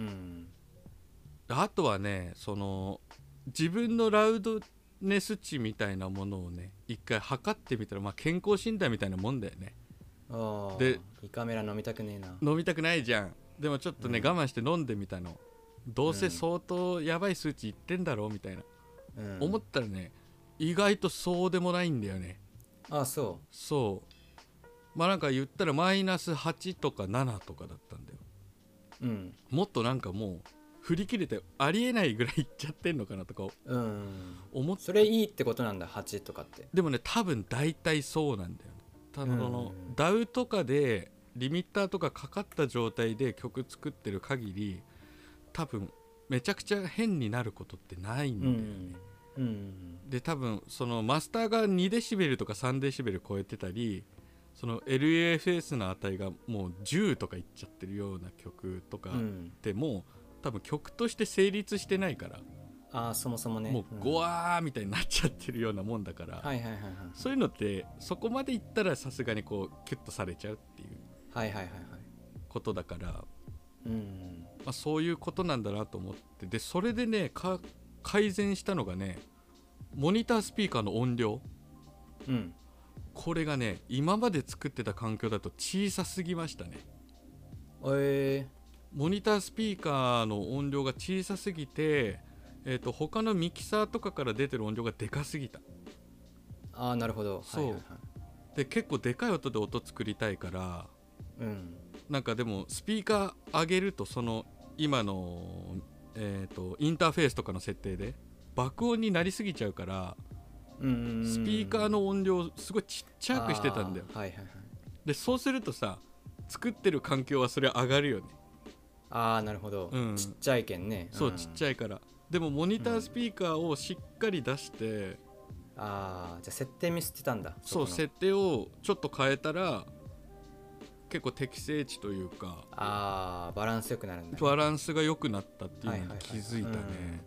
あとはねその自分のラウドネス値みたいなものをね一回測ってみたら、まあ、健康診断みたいなもんだよね。 で胃カメラ飲みたくねえな。 飲みたくないじゃん。でもちょっとね、我慢して飲んでみたの。どうせ相当やばい数値いってんだろうみたいな、思ったらね意外とそうでもないんだよね。 あ、 そうまあなんか言ったらマイナス8とか7とかだったんだよ。もっとなんかもう振り切れてありえないぐらいいっちゃってんのかなとか思って。 それいいってことなんだ、8とかって。 でもね多分大体そうなんだよね。ただのダウとかでリミッターとかかかった状態で曲作ってる限り多分めちゃくちゃ変になることってないんだよね。で多分そのマスターが2デシベルとか3デシベル超えてたり、その LAFS の値がもう10とかいっちゃってるような曲とかってもう多分曲として成立してないから、 そもそもねもうゴワーみたいになっちゃってるようなもんだから、そういうのってそこまでいったらさすがにこうキュッとされちゃうっていうことだから、まあ、そういうことなんだなと思って、でそれでね改善したのがねモニタースピーカーの音量、これがね今まで作ってた環境だと小さすぎましたね。モニタースピーカーの音量が小さすぎて、他のミキサーとかから出てる音量がでかすぎた。 なるほど。 そう、で結構でかい音で音作りたいから、なんかでもスピーカー上げるとその今の、インターフェースとかの設定で爆音になりすぎちゃうから、スピーカーの音量すごいちっちゃくしてたんだよ。でそうするとさ作ってる環境はそれ上がるよね。 なるほど、ちっちゃいけんね。 そう、ちっちゃいから。でもモニタースピーカーをしっかり出して、 じゃあ設定ミスってたんだ。 そう設定をちょっと変えたら結構適正値というかバランスよくなるんだ、ね、 バランスが良くなったっていうのに気づいたね。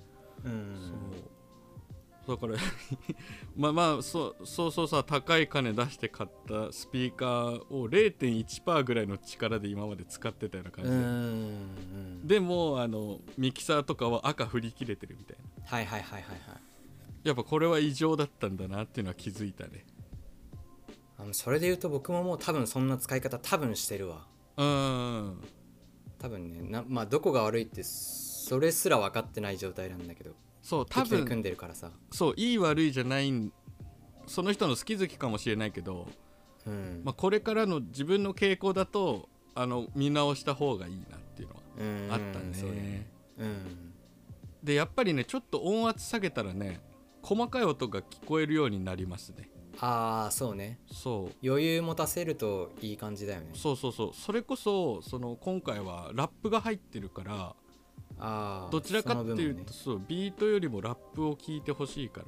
そうだからまあそうさ高い金出して買ったスピーカーを 0.1% ぐらいの力で今まで使ってたような感じで、でもミキサーとかは赤振り切れてるみたいな。やっぱこれは異常だったんだなっていうのは気づいたね。 それで言うと僕ももう多分そんな使い方多分してるわ。多分ねまあどこが悪いってそれすら分かってない状態なんだけど、 そう多分組んでるからさ、 そういい悪いじゃないその人の好き好きかもしれないけど、まあ、これからの自分の傾向だと見直した方がいいなっていうのはあったね。でやっぱりねちょっと音圧下げたらね細かい音が聞こえるようになりますね。 そうね。 そう余裕持たせるといい感じだよね。 そうそれこそ今回はラップが入ってるからどちらかっていうと、 ね、 そうビートよりもラップを聴いてほしいから、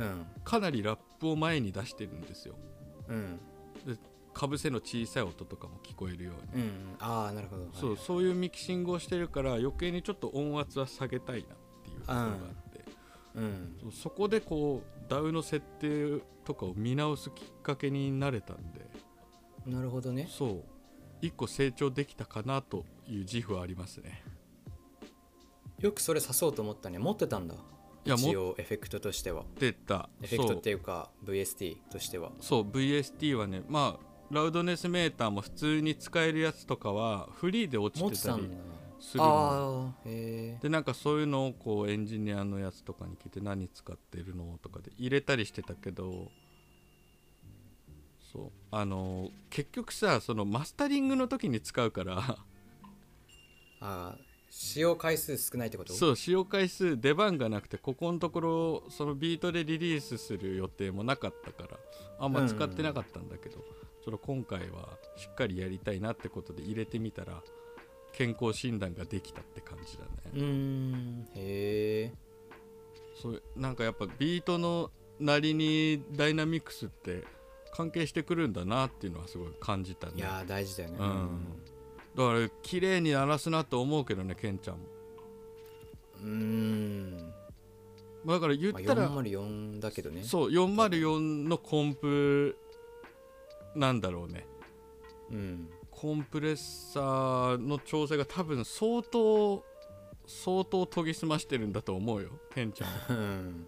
かなりラップを前に出してるんですよ。でかぶせの小さい音とかも聞こえるように、 なるほど、 そういうミキシングをしてるから余計にちょっと音圧は下げたいなっていうところがあって、そこでこうダウの設定とかを見直すきっかけになれたんで。 なるほどね。 そう一個成長できたかなという自負はありますね。 よくそれ刺そうと思ったね。持ってたんだ。一応エフェクトとしては出た。 エフェクトっていうか VST としては。 そう VST はね、まあラウドネスメーターも普通に使えるやつとかはフリーで落ちてたりするの。でなんかそういうのをこうエンジニアのやつとかに聞いて何使ってるのとかで入れたりしてたけど、そう結局さ、そのマスタリングの時に使うから使用回数少ないってこと？ そう、使用回数出番がなくて、ここのところそのビートでリリースする予定もなかったからあんま使ってなかったんだけど、その今回はしっかりやりたいなってことで入れてみたら健康診断ができたって感じだね。 へえ。 そうなんかやっぱビートのなりにダイナミクスって関係してくるんだなっていうのはすごい感じたね。 いや大事だよね。 だから綺麗に鳴らすなと思うけどね、ケンちゃんも。だから言ったら、 404だけどね。 そう404のコンプなんだろうね。コンプレッサーの調整が多分相当研ぎ澄ましてるんだと思うよ、ケンちゃん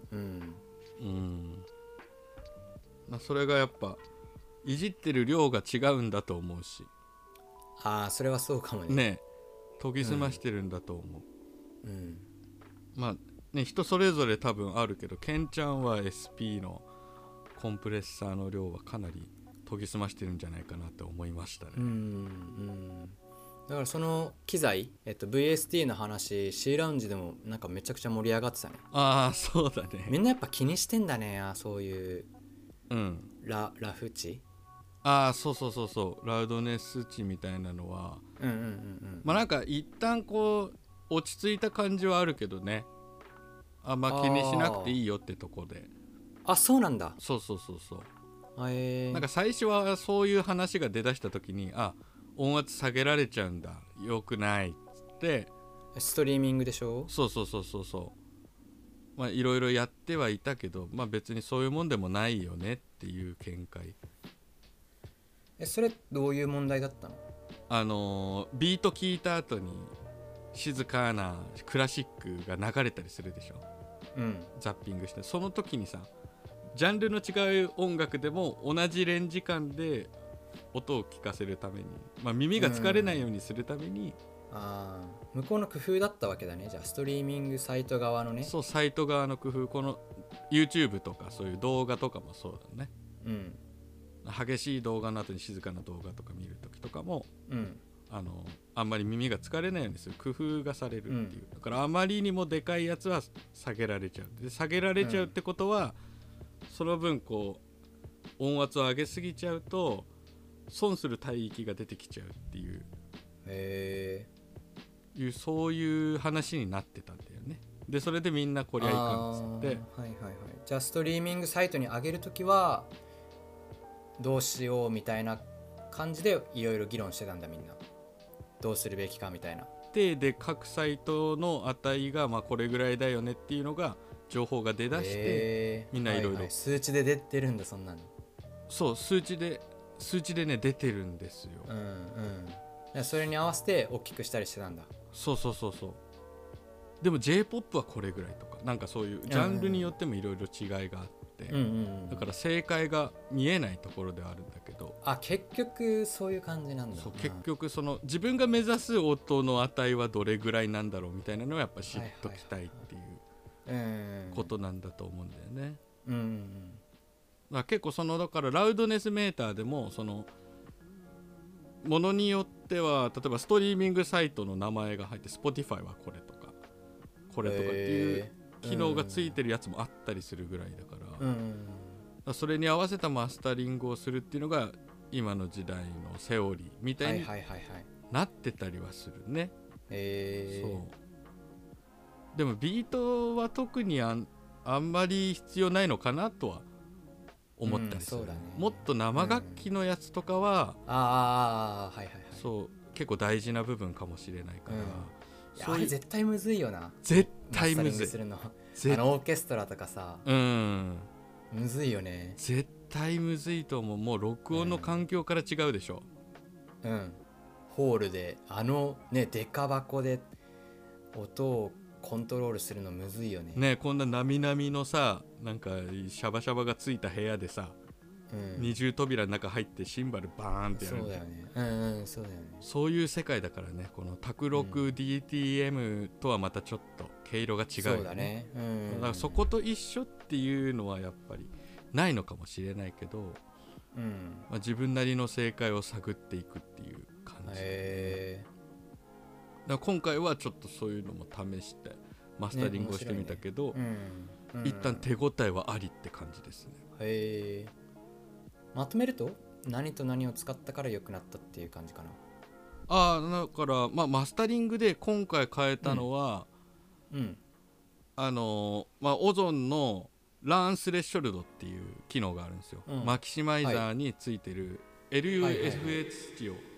は。それがやっぱいじってる量が違うんだと思うし。 それはそうかもね。 ね、研ぎ澄ましてるんだと思う。まあね、人それぞれ多分あるけど、ケンちゃんは SP のコンプレッサーの量はかなり研ぎ澄ましてるんじゃないかなって思いましたね。 だからその機材、VST の話 C ラウンジでもなんかめちゃくちゃ盛り上がってたね。 そうだね。 みんなやっぱ気にしてんだね。そういうラフ値。 そうラウドネス値みたいなのはまあなんか一旦こう落ち着いた感じはあるけどね、あんま気にしなくていいよってとこで。 そうなんだ。 そうなんか最初はそういう話が出だした時に音圧下げられちゃうんだ、よくないっつって。 ストリーミングでしょ。 まあいろいろやってはいたけど、まあ別にそういうもんでもないよねっていう見解。 それどういう問題だったの？ビート聞いた後に静かなクラシックが流れたりするでしょ。ザッピングして、その時にさ、ジャンルの違う音楽でも同じレンジ感で音を聞かせるために、まあ、耳が疲れないようにするために、 向こうの工夫だったわけだね。じゃあストリーミングサイト側のね。 そう、サイト側の工夫。この YouTube とかそういう動画とかもそうだね。激しい動画の後に静かな動画とか見るときとかも、あんまり耳が疲れないようにする工夫がされるっていう、だからあまりにもでかいやつは下げられちゃう。で下げられちゃうってことは、その分こう音圧を上げすぎちゃうと損する帯域が出てきちゃうっていう、そういう話になってたんだよね。でそれでみんなこりゃいかんっつって、 じゃあストリーミングサイトに上げるときはどうしようみたいな感じでいろいろ議論してたんだ。みんなどうするべきかみたいな。 で各サイトの値がまあこれぐらいだよねっていうのが情報が出だして、みんないろいろ数値で出てるんだ。そんなの。 そう、数値でね出てるんですよ。 それに合わせて大きくしたりしてたんだ。 そうでも J-POP はこれぐらいとか、なんかそういうジャンルによってもいろいろ違いがあって、だから正解が見えないところではあるんだけど、 結局そういう感じなんだ。 結局その自分が目指す音の値はどれぐらいなんだろうみたいなのはやっぱ知っときたいっていうことなんだと思うんだよね。結構そのだからラウドネスメーターでもそのものによっては、例えばストリーミングサイトの名前が入って Spotify はこれとかこれとかっていう機能がついてるやつもあったりするぐらいだから、それに合わせたマスタリングをするっていうのが今の時代のセオリーみたいになってたりはするね。そうでもビートは特にあんまり必要ないのかなとは思ったりする、 そうだね、 もっと生楽器のやつとかは、 はいはいはい、 そう結構大事な部分かもしれないから、 あれ絶対むずいよな。 絶対むずいするのオーケストラとかさ、むずいよね。 絶対むずいと思う。もう録音の環境から違うでしょ。 ホールでねデカ箱で音をコントロールするのむずいよね。 ね、こんななみなみのさ、なんかシャバシャバがついた部屋でさ、二重扉の中入ってシンバルバーンってやる。 そうだよね。そうだよね。 そういう世界だからね。この卓録 DTM とはまたちょっと毛色が違うよね。 そうだね。 だからそこと一緒っていうのはやっぱりないのかもしれないけど、自分なりの正解を探っていくっていう感じ。だから今回はちょっとそういうのも試してマスタリングをしてみたけど、一旦手応えはありって感じですね。 まとめると何と何を使ったから良くなったっていう感じかな。 だから、マスタリングで今回変えたのは、オゾンのラーンスレッショルドっていう機能があるんですよ。マキシマイザーについてる LUFS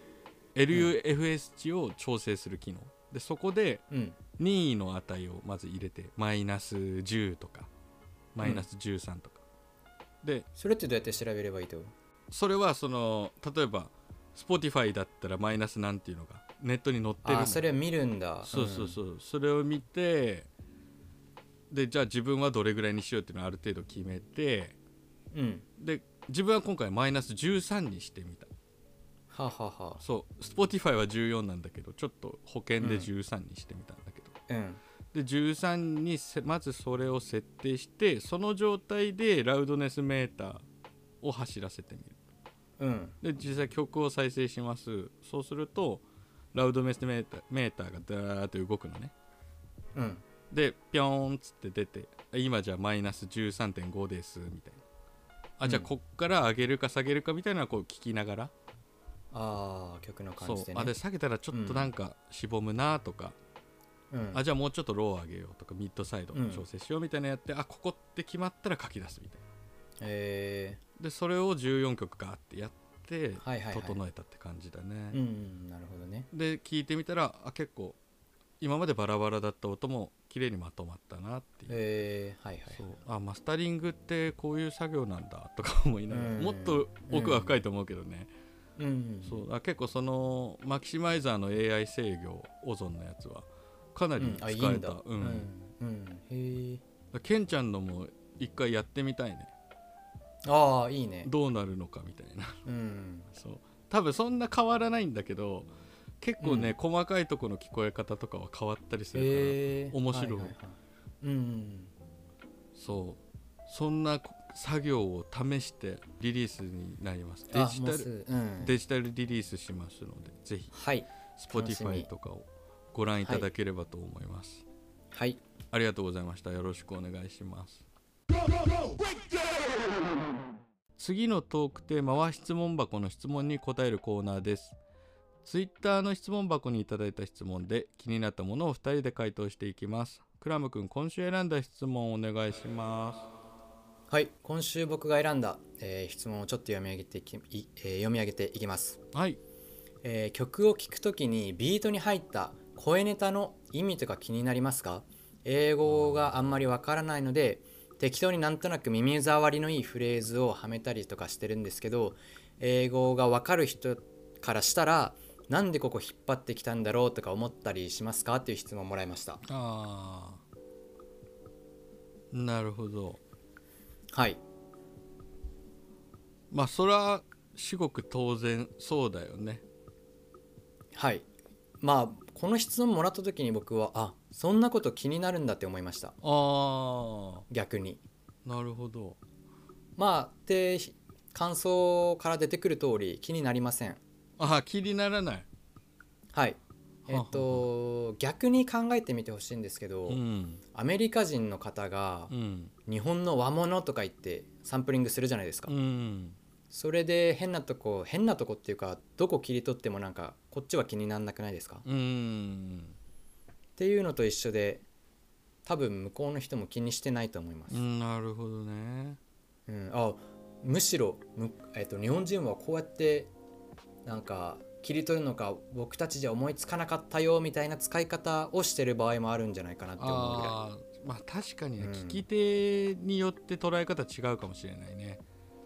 値を調整する機能で、そこで任意の値をまず入れてマイナス10とかマイナス13とか、でそれってどうやって調べればいいと？ それは例えば Spotify だったらマイナスなんていうのがネットに載ってるの。 それを見るんだ。 そう、それを見て、でじゃあ自分はどれぐらいにしようっていうのをある程度決めて、で自分は今回マイナス13にしてみた。そう Spotify は14なんだけど、ちょっと保険で13にしてみたんだけど、で13にまずそれを設定して、その状態でラウドネスメーターを走らせてみる。で実際曲を再生します。そうするとラウドネスメーターがダーッと動くのね。でピョーンっつって出て、今じゃあマイナス 13.5 ですみたいな。じゃあこっから上げるか下げるかみたいなのをこう聞きながら、 曲の感じでね。 で下げたらちょっとなんかしぼむなとか、じゃあもうちょっとロー上げようとかミッドサイド調整しようみたいなやって、ここって決まったら書き出すみたいな。でそれを14曲ガーってやって整えたって感じだね。 なるほどね。 で聞いてみたら結構今までバラバラだった音も綺麗にまとまったなっていう。マスタリングってこういう作業なんだとか思いながら、もっと奥は深いと思うけどね。結構そのマキシマイザーの AI 制御オゾンのやつはかなり使えた。ケンちゃんのも一回やってみたいね。 いいね。 どうなるのかみたいな。そう多分そんな変わらないんだけど、結構ね、細かいところの聞こえ方とかは変わったりするから面白い。そんな作業を試してリリースになります。デジタルリリースしますので、ぜひ Spotify とかをご覧いただければと思います。ありがとうございました。よろしくお願いします。次のトークテーマは質問箱の質問に答えるコーナーです。Twitter の質問箱にいただいた質問で気になったものを2人で回答していきます。クラム君、今週選んだ質問をお願いします。 今週僕が選んだ、質問をちょっと読み上げていきます。曲を聴くときにビートに入った声ネタの意味とか気になりますか？英語があんまりわからないので適当になんとなく耳障りのいいフレーズをはめたりとかしてるんですけど、英語がわかる人からしたらなんでここ引っ張ってきたんだろうとか思ったりしますか？っていう質問をもらいました。 なるほど。それは至極当然そうだよね。 この質問もらった時に僕はそんなこと気になるんだって思いました。逆に。 なるほど。 で感想から出てくる通り気になりません。 気にならない。 逆に考えてみてほしいんですけど、アメリカ人の方が日本の和物とか言ってサンプリングするじゃないですか。それで変なとこっていうか、どこ切り取ってもなんかこっちは気にならなくないですか？っていうのと一緒で、 多分向こうの人も気にしてないと思います。 なるほどね。 むしろ日本人はこうやってなんか切り取るのか僕たちじゃ思いつかなかったよみたいな使い方をしてる場合もあるんじゃないかなって思うぐらい。 まあ確かにね、聞き手によって捉え方違うかもしれないね。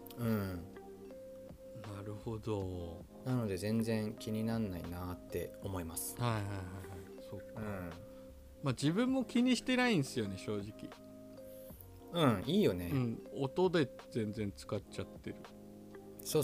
なるほど。 なので全然気になんないなって思います。 はいはいはいはい。そうか。まあ自分も気にしてないんですよね、正直。いいよね。 音で全然使っちゃってる。 そう。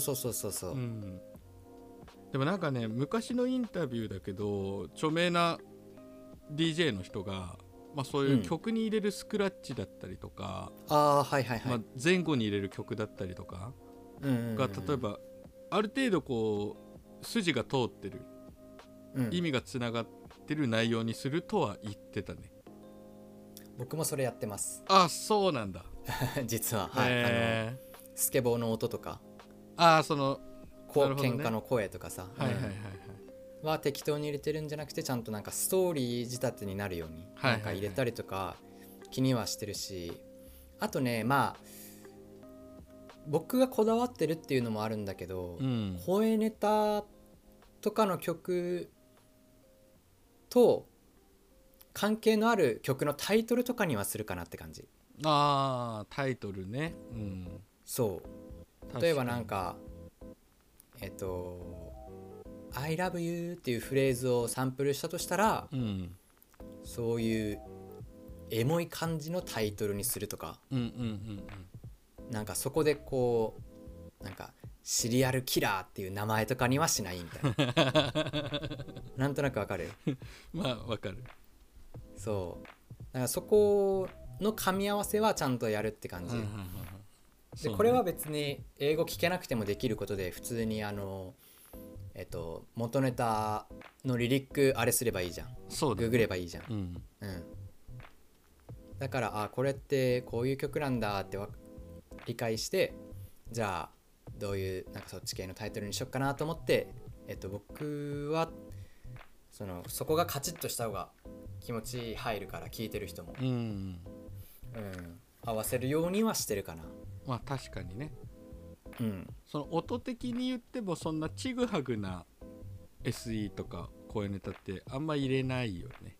でもなんかね、昔のインタビューだけど著名な DJ の人が、まあ、そういう曲に入れるスクラッチだったりとか、前後に入れる曲だったりとかが、例えばある程度こう筋が通ってる、意味がつながってる内容にするとは言ってたね。 僕もそれやってます。 そうなんだ。 実は、スケボーの音とかその喧嘩の声とかさ、は適当に入れてるんじゃなくて、ちゃんとなんかストーリー仕立てになるようになんか入れたりとか気にはしてるし、あとね、まあ僕がこだわってるっていうのもあるんだけど、声ネタとかの曲と関係のある曲のタイトルとかにはするかなって感じ。 タイトルね。 そう例えばなんかI love you っていうフレーズをサンプルしたとしたら、そういうエモい感じのタイトルにするとか、なんかそこでこうなんかシリアルキラーっていう名前とかにはしないみたいななんとなくわかるまあわかる。 そうだからそこの噛み合わせはちゃんとやるって感じ、でこれは別に英語聞けなくてもできることで、普通に元ネタのリリックあれすればいいじゃん。ググればいいじゃん。だからこれってこういう曲なんだって理解して、じゃあどういうなんかそっち系のタイトルにしよっかなと思って、僕はそこがカチッとした方が気持ち入るから、聞いてる人も合わせるようにはしてるかな。 まあ確かにね。その音的に言ってもそんなちぐはぐな SE とか声ネタってあんま入れないよね。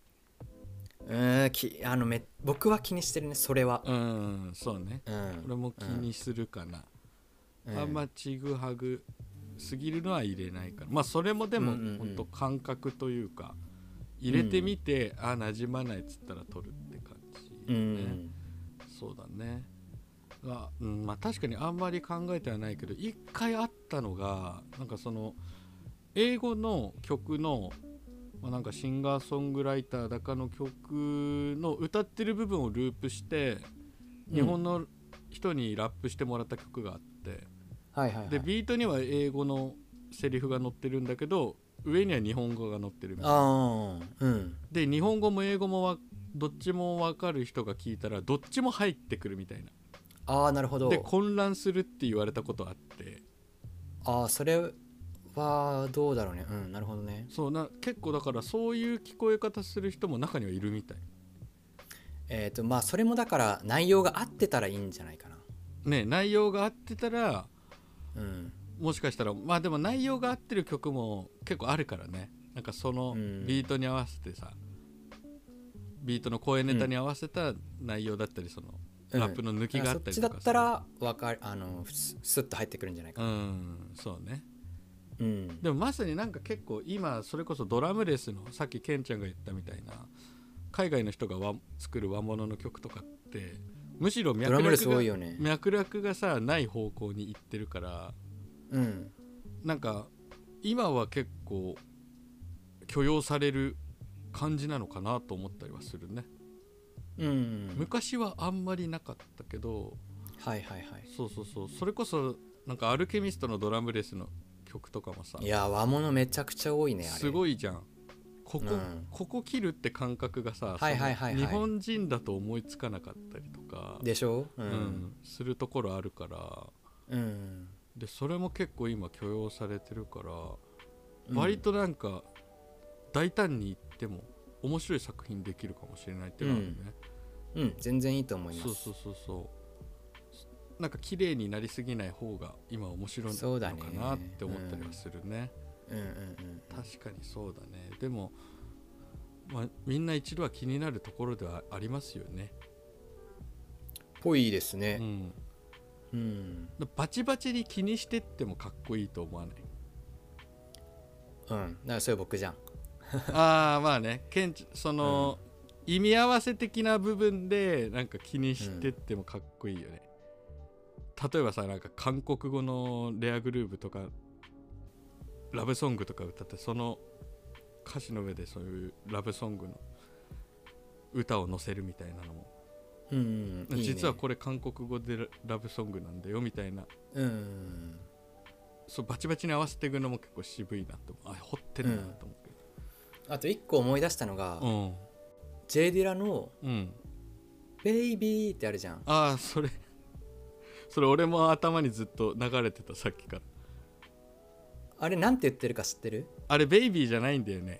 僕は気にしてるね、それは。 そうね。俺も気にするかな。あんまちぐはぐすぎるのは入れないから。まあそれもでも本当感覚というか、入れてみて馴染まないっつったら取るって感じ、ね。そうだね。まあ確かにあんまり考えてはないけど、一回あったのがなんかその英語の曲の、なんかシンガーソングライターだかの曲の歌ってる部分をループして日本の人にラップしてもらった曲があって、でビートには英語のセリフが載ってるんだけど上には日本語が載ってるみたいな。で日本語も英語もどっちも分かる人が聞いたらどっちも入ってくるみたいな。 なるほど。 で混乱するって言われたことあって。 それはどうだろうね。なるほどね。 結構だからそういう聞こえ方する人も中にはいるみたい。 まあそれもだから内容が合ってたらいいんじゃないかな。 ね、内容が合ってたら、もしかしたらでも内容が合ってる曲も結構あるからね。なんかそのビートに合わせてさ、ビートの声ネタに合わせた内容だったり、そのラップの抜きがあったりとか、 そっちだったらスッと入ってくるんじゃないかな。 そうね。でもまさになんか結構今それこそドラムレスのさっきケンちゃんが言ったみたいな海外の人が作る和物の曲とかってむしろ脈絡がさない方向に行ってるから、なんか今は結構許容される感じなのかなと思ったりはするね。昔はあんまりなかったけど、そうそれこそなんかアルケミストのドラムレスの曲とかもさ、 いや和物めちゃくちゃ多いね。あれすごいじゃん。ここ切るって感覚がさ、日本人だと思いつかなかったりとかでしょ、 するところあるから、でそれも結構今許容されてるから、割となんか大胆に言っても面白い作品できるかもしれないっていうのはあるね。 全然いいと思います。 なんか綺麗になりすぎない方が今面白いのかなって思ったりはするね。確かにそうだね。でも、みんな一度は気になるところではありますよね。 ぽいですね。 バチバチに気にしてってもかっこいいと思わない？ だからそれ僕じゃん。 まあね、その、意味合わせ的な部分でなんか気にしてってもかっこいいよね。例えばさ、なんか韓国語のレアグルーヴとかラブソングとか歌って、その歌詞の上でそういうラブソングの歌を載せるみたいなのも、実はこれ韓国語でラブソングなんだよみたいな、そうバチバチに合わせていくのも結構渋いなと思う。掘ってるなと思うけど、 あと一個思い出したのが、J ディラのベイビーってあるじゃん。 それ俺も頭にずっと流れてた、さっきから。 あれなんて言ってるか知ってる？ あれベイビーじゃないんだよね。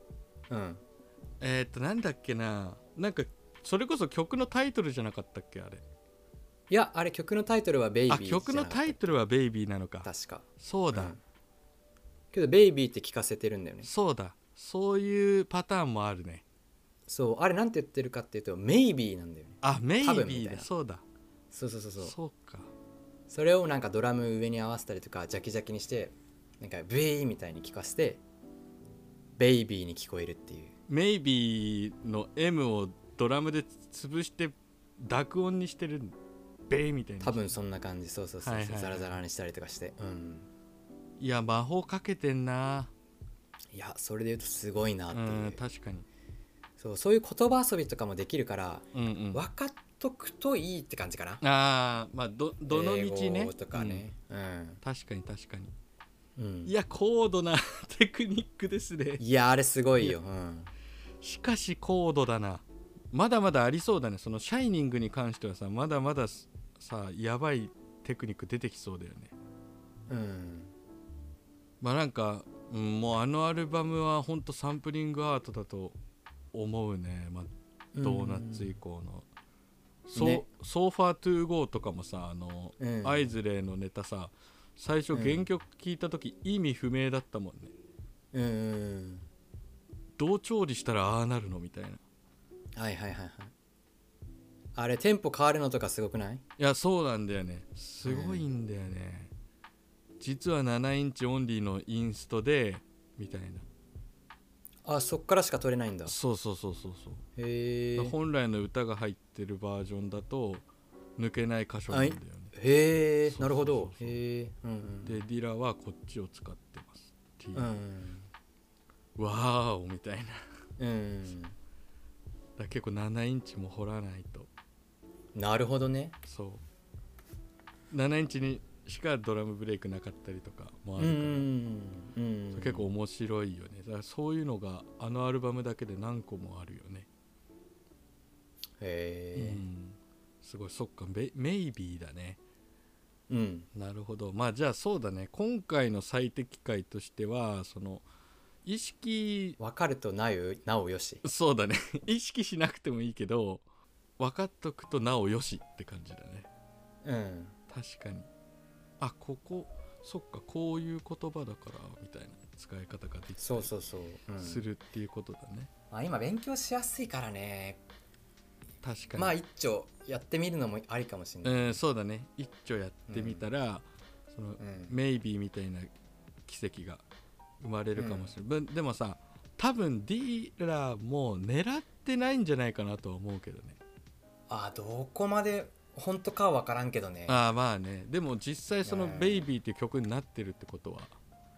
なんだっけな、なんかそれこそ曲のタイトルじゃなかったっけあれ。 いや、あれ曲のタイトルはベイビーじゃなかった。 曲のタイトルはベイビーなのか。 確かそうだ、 けどベイビーって聞かせてるんだよね。 そうだ、そういうパターンもあるね。 そう、あれなんて言ってるかっていうとメイビーなんだよね。 メイビーだ。そうだ、 そうか。 それをなんかドラム上に合わせたりとかジャキジャキにしてなんかベイみたいに聞かせてベイビーに聞こえるっていう。 メイビーの M をドラムで潰して濁音にしてるベイみたいな。 多分そんな感じ。そうザラザラにしたりとかして、 いや魔法かけてんな。 いやそれで言うとすごいなっていう。 確かにそういう言葉遊びとかもできるから、分かっとくといいって感じかな。 どの道ね。 英語とかね、 確かに、いや高度なテクニックですね。 いやあれすごいよ。 しかし高度だな。まだまだありそうだね。そのシャイニングに関してはさ、まだまださやばいテクニック出てきそうだよね。なんか、もうあのアルバムはほんとサンプリングアートだと思うね。ドーナツ以降の、So Far To Go とかもさ、アイズレイのネタさ、最初原曲聞いた時意味不明だったもんね。どう調理したらああなるのみたいな。 あれテンポ変わるのとかすごくない？ いやそうなんだよね。すごいんだよね。実は7インチオンリーのインストでみたいな。 そっからしか撮れないんだ。 そう。 へえ。 本来の歌が入ってるバージョンだと抜けない箇所なんだよね。 へえ、なるほど。 へえ。でディラはこっちを使ってますっていう、わーおみたいな。だ結構7インチも掘らないと。 なるほどね。 そう7インチにしかドラムブレイクなかったりとかもあるから、結構面白いよね。だからそういうのがあのアルバムだけで何個もあるよね。 へえ、 すごい。そっか、メイビーだね。なるほど。じゃあそうだね、今回の最適解としてはその意識分かるとなおよし。 そうだね意識しなくてもいいけど分かっとくとなおよしって感じだね。確かに。ここそっか、こういう言葉だからみたいな使い方ができたりするっていうことだね。 今勉強しやすいからね。 確かに。 一丁やってみるのもありかもしれない。 そうだね。一丁やってみたら、そのメイビーみたいな奇跡が生まれるかもしれない。でもさ、多分ディーラーも狙ってないんじゃないかなとは思うけどね。 どこまで本当かは分からんけどね。 でも実際そのベイビーっていう曲になってるってことは、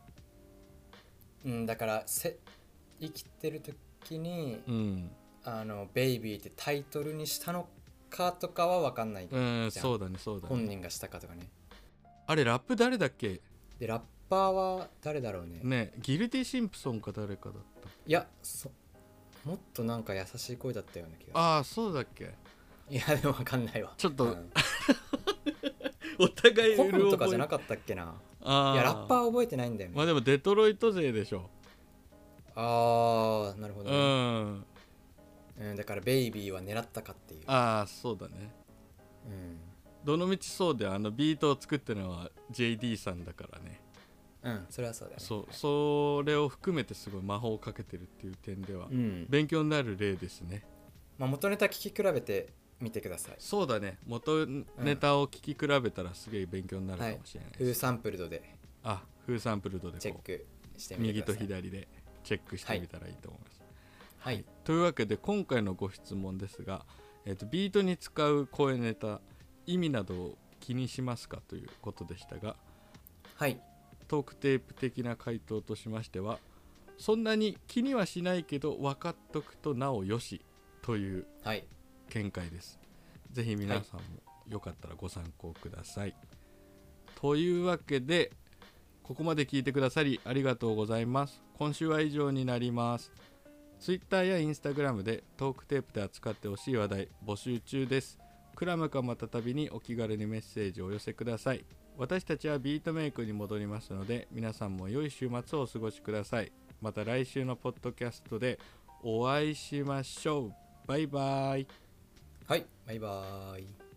だから生きてる時に、ベイビーってタイトルにしたのかとかは分かんない。 そうだね。 本人がしたかとかね。 あれラップ誰だっけ？ でラッパーは誰だろうね。 ギルティシンプソンか誰かだった。 いやもっとなんか優しい声だったような気がする。 そうだっけ？ いやでも分かんないわ。 ちょっと、お互いホムとかじゃなかったっけな。いやラッパー覚えてないんだよね。 でもデトロイト勢でしょ。 なるほど、ね。 だからベイビーは狙ったかっていう。 ああそうだね。どのみちそうでビートを作ってるのは JD さんだからね。 それはそうだね。 それを含めてすごい魔法をかけてるっていう点では、勉強になる例ですね。 元ネタ聞き比べてみてください。 そうだね、元ネタを聞き比べたらすげえ勉強になるかもしれないです。 フーサンプルドでフーサンプルドでチェックしてみてください。 右と左でチェックしてみたらいいと思います。 はい、 というわけで今回のご質問ですが、ビートに使う声ネタ意味などを気にしますかということでしたが、 はい、 トークテープ的な回答としましては、そんなに気にはしないけど分かっとくとなおよしという見解です。ぜひ皆さんもよかったらご参考ください。というわけでここまで聞いてくださりありがとうございます。今週は以上になります。Twitter や Instagram でトークテープで扱ってほしい話題募集中です。クラムかまたたびにお気軽にメッセージをお寄せください。私たちはビートメイクに戻りますので、皆さんも良い週末をお過ごしください。また来週のポッドキャストでお会いしましょう。バイバイ。 はい、バイバイ。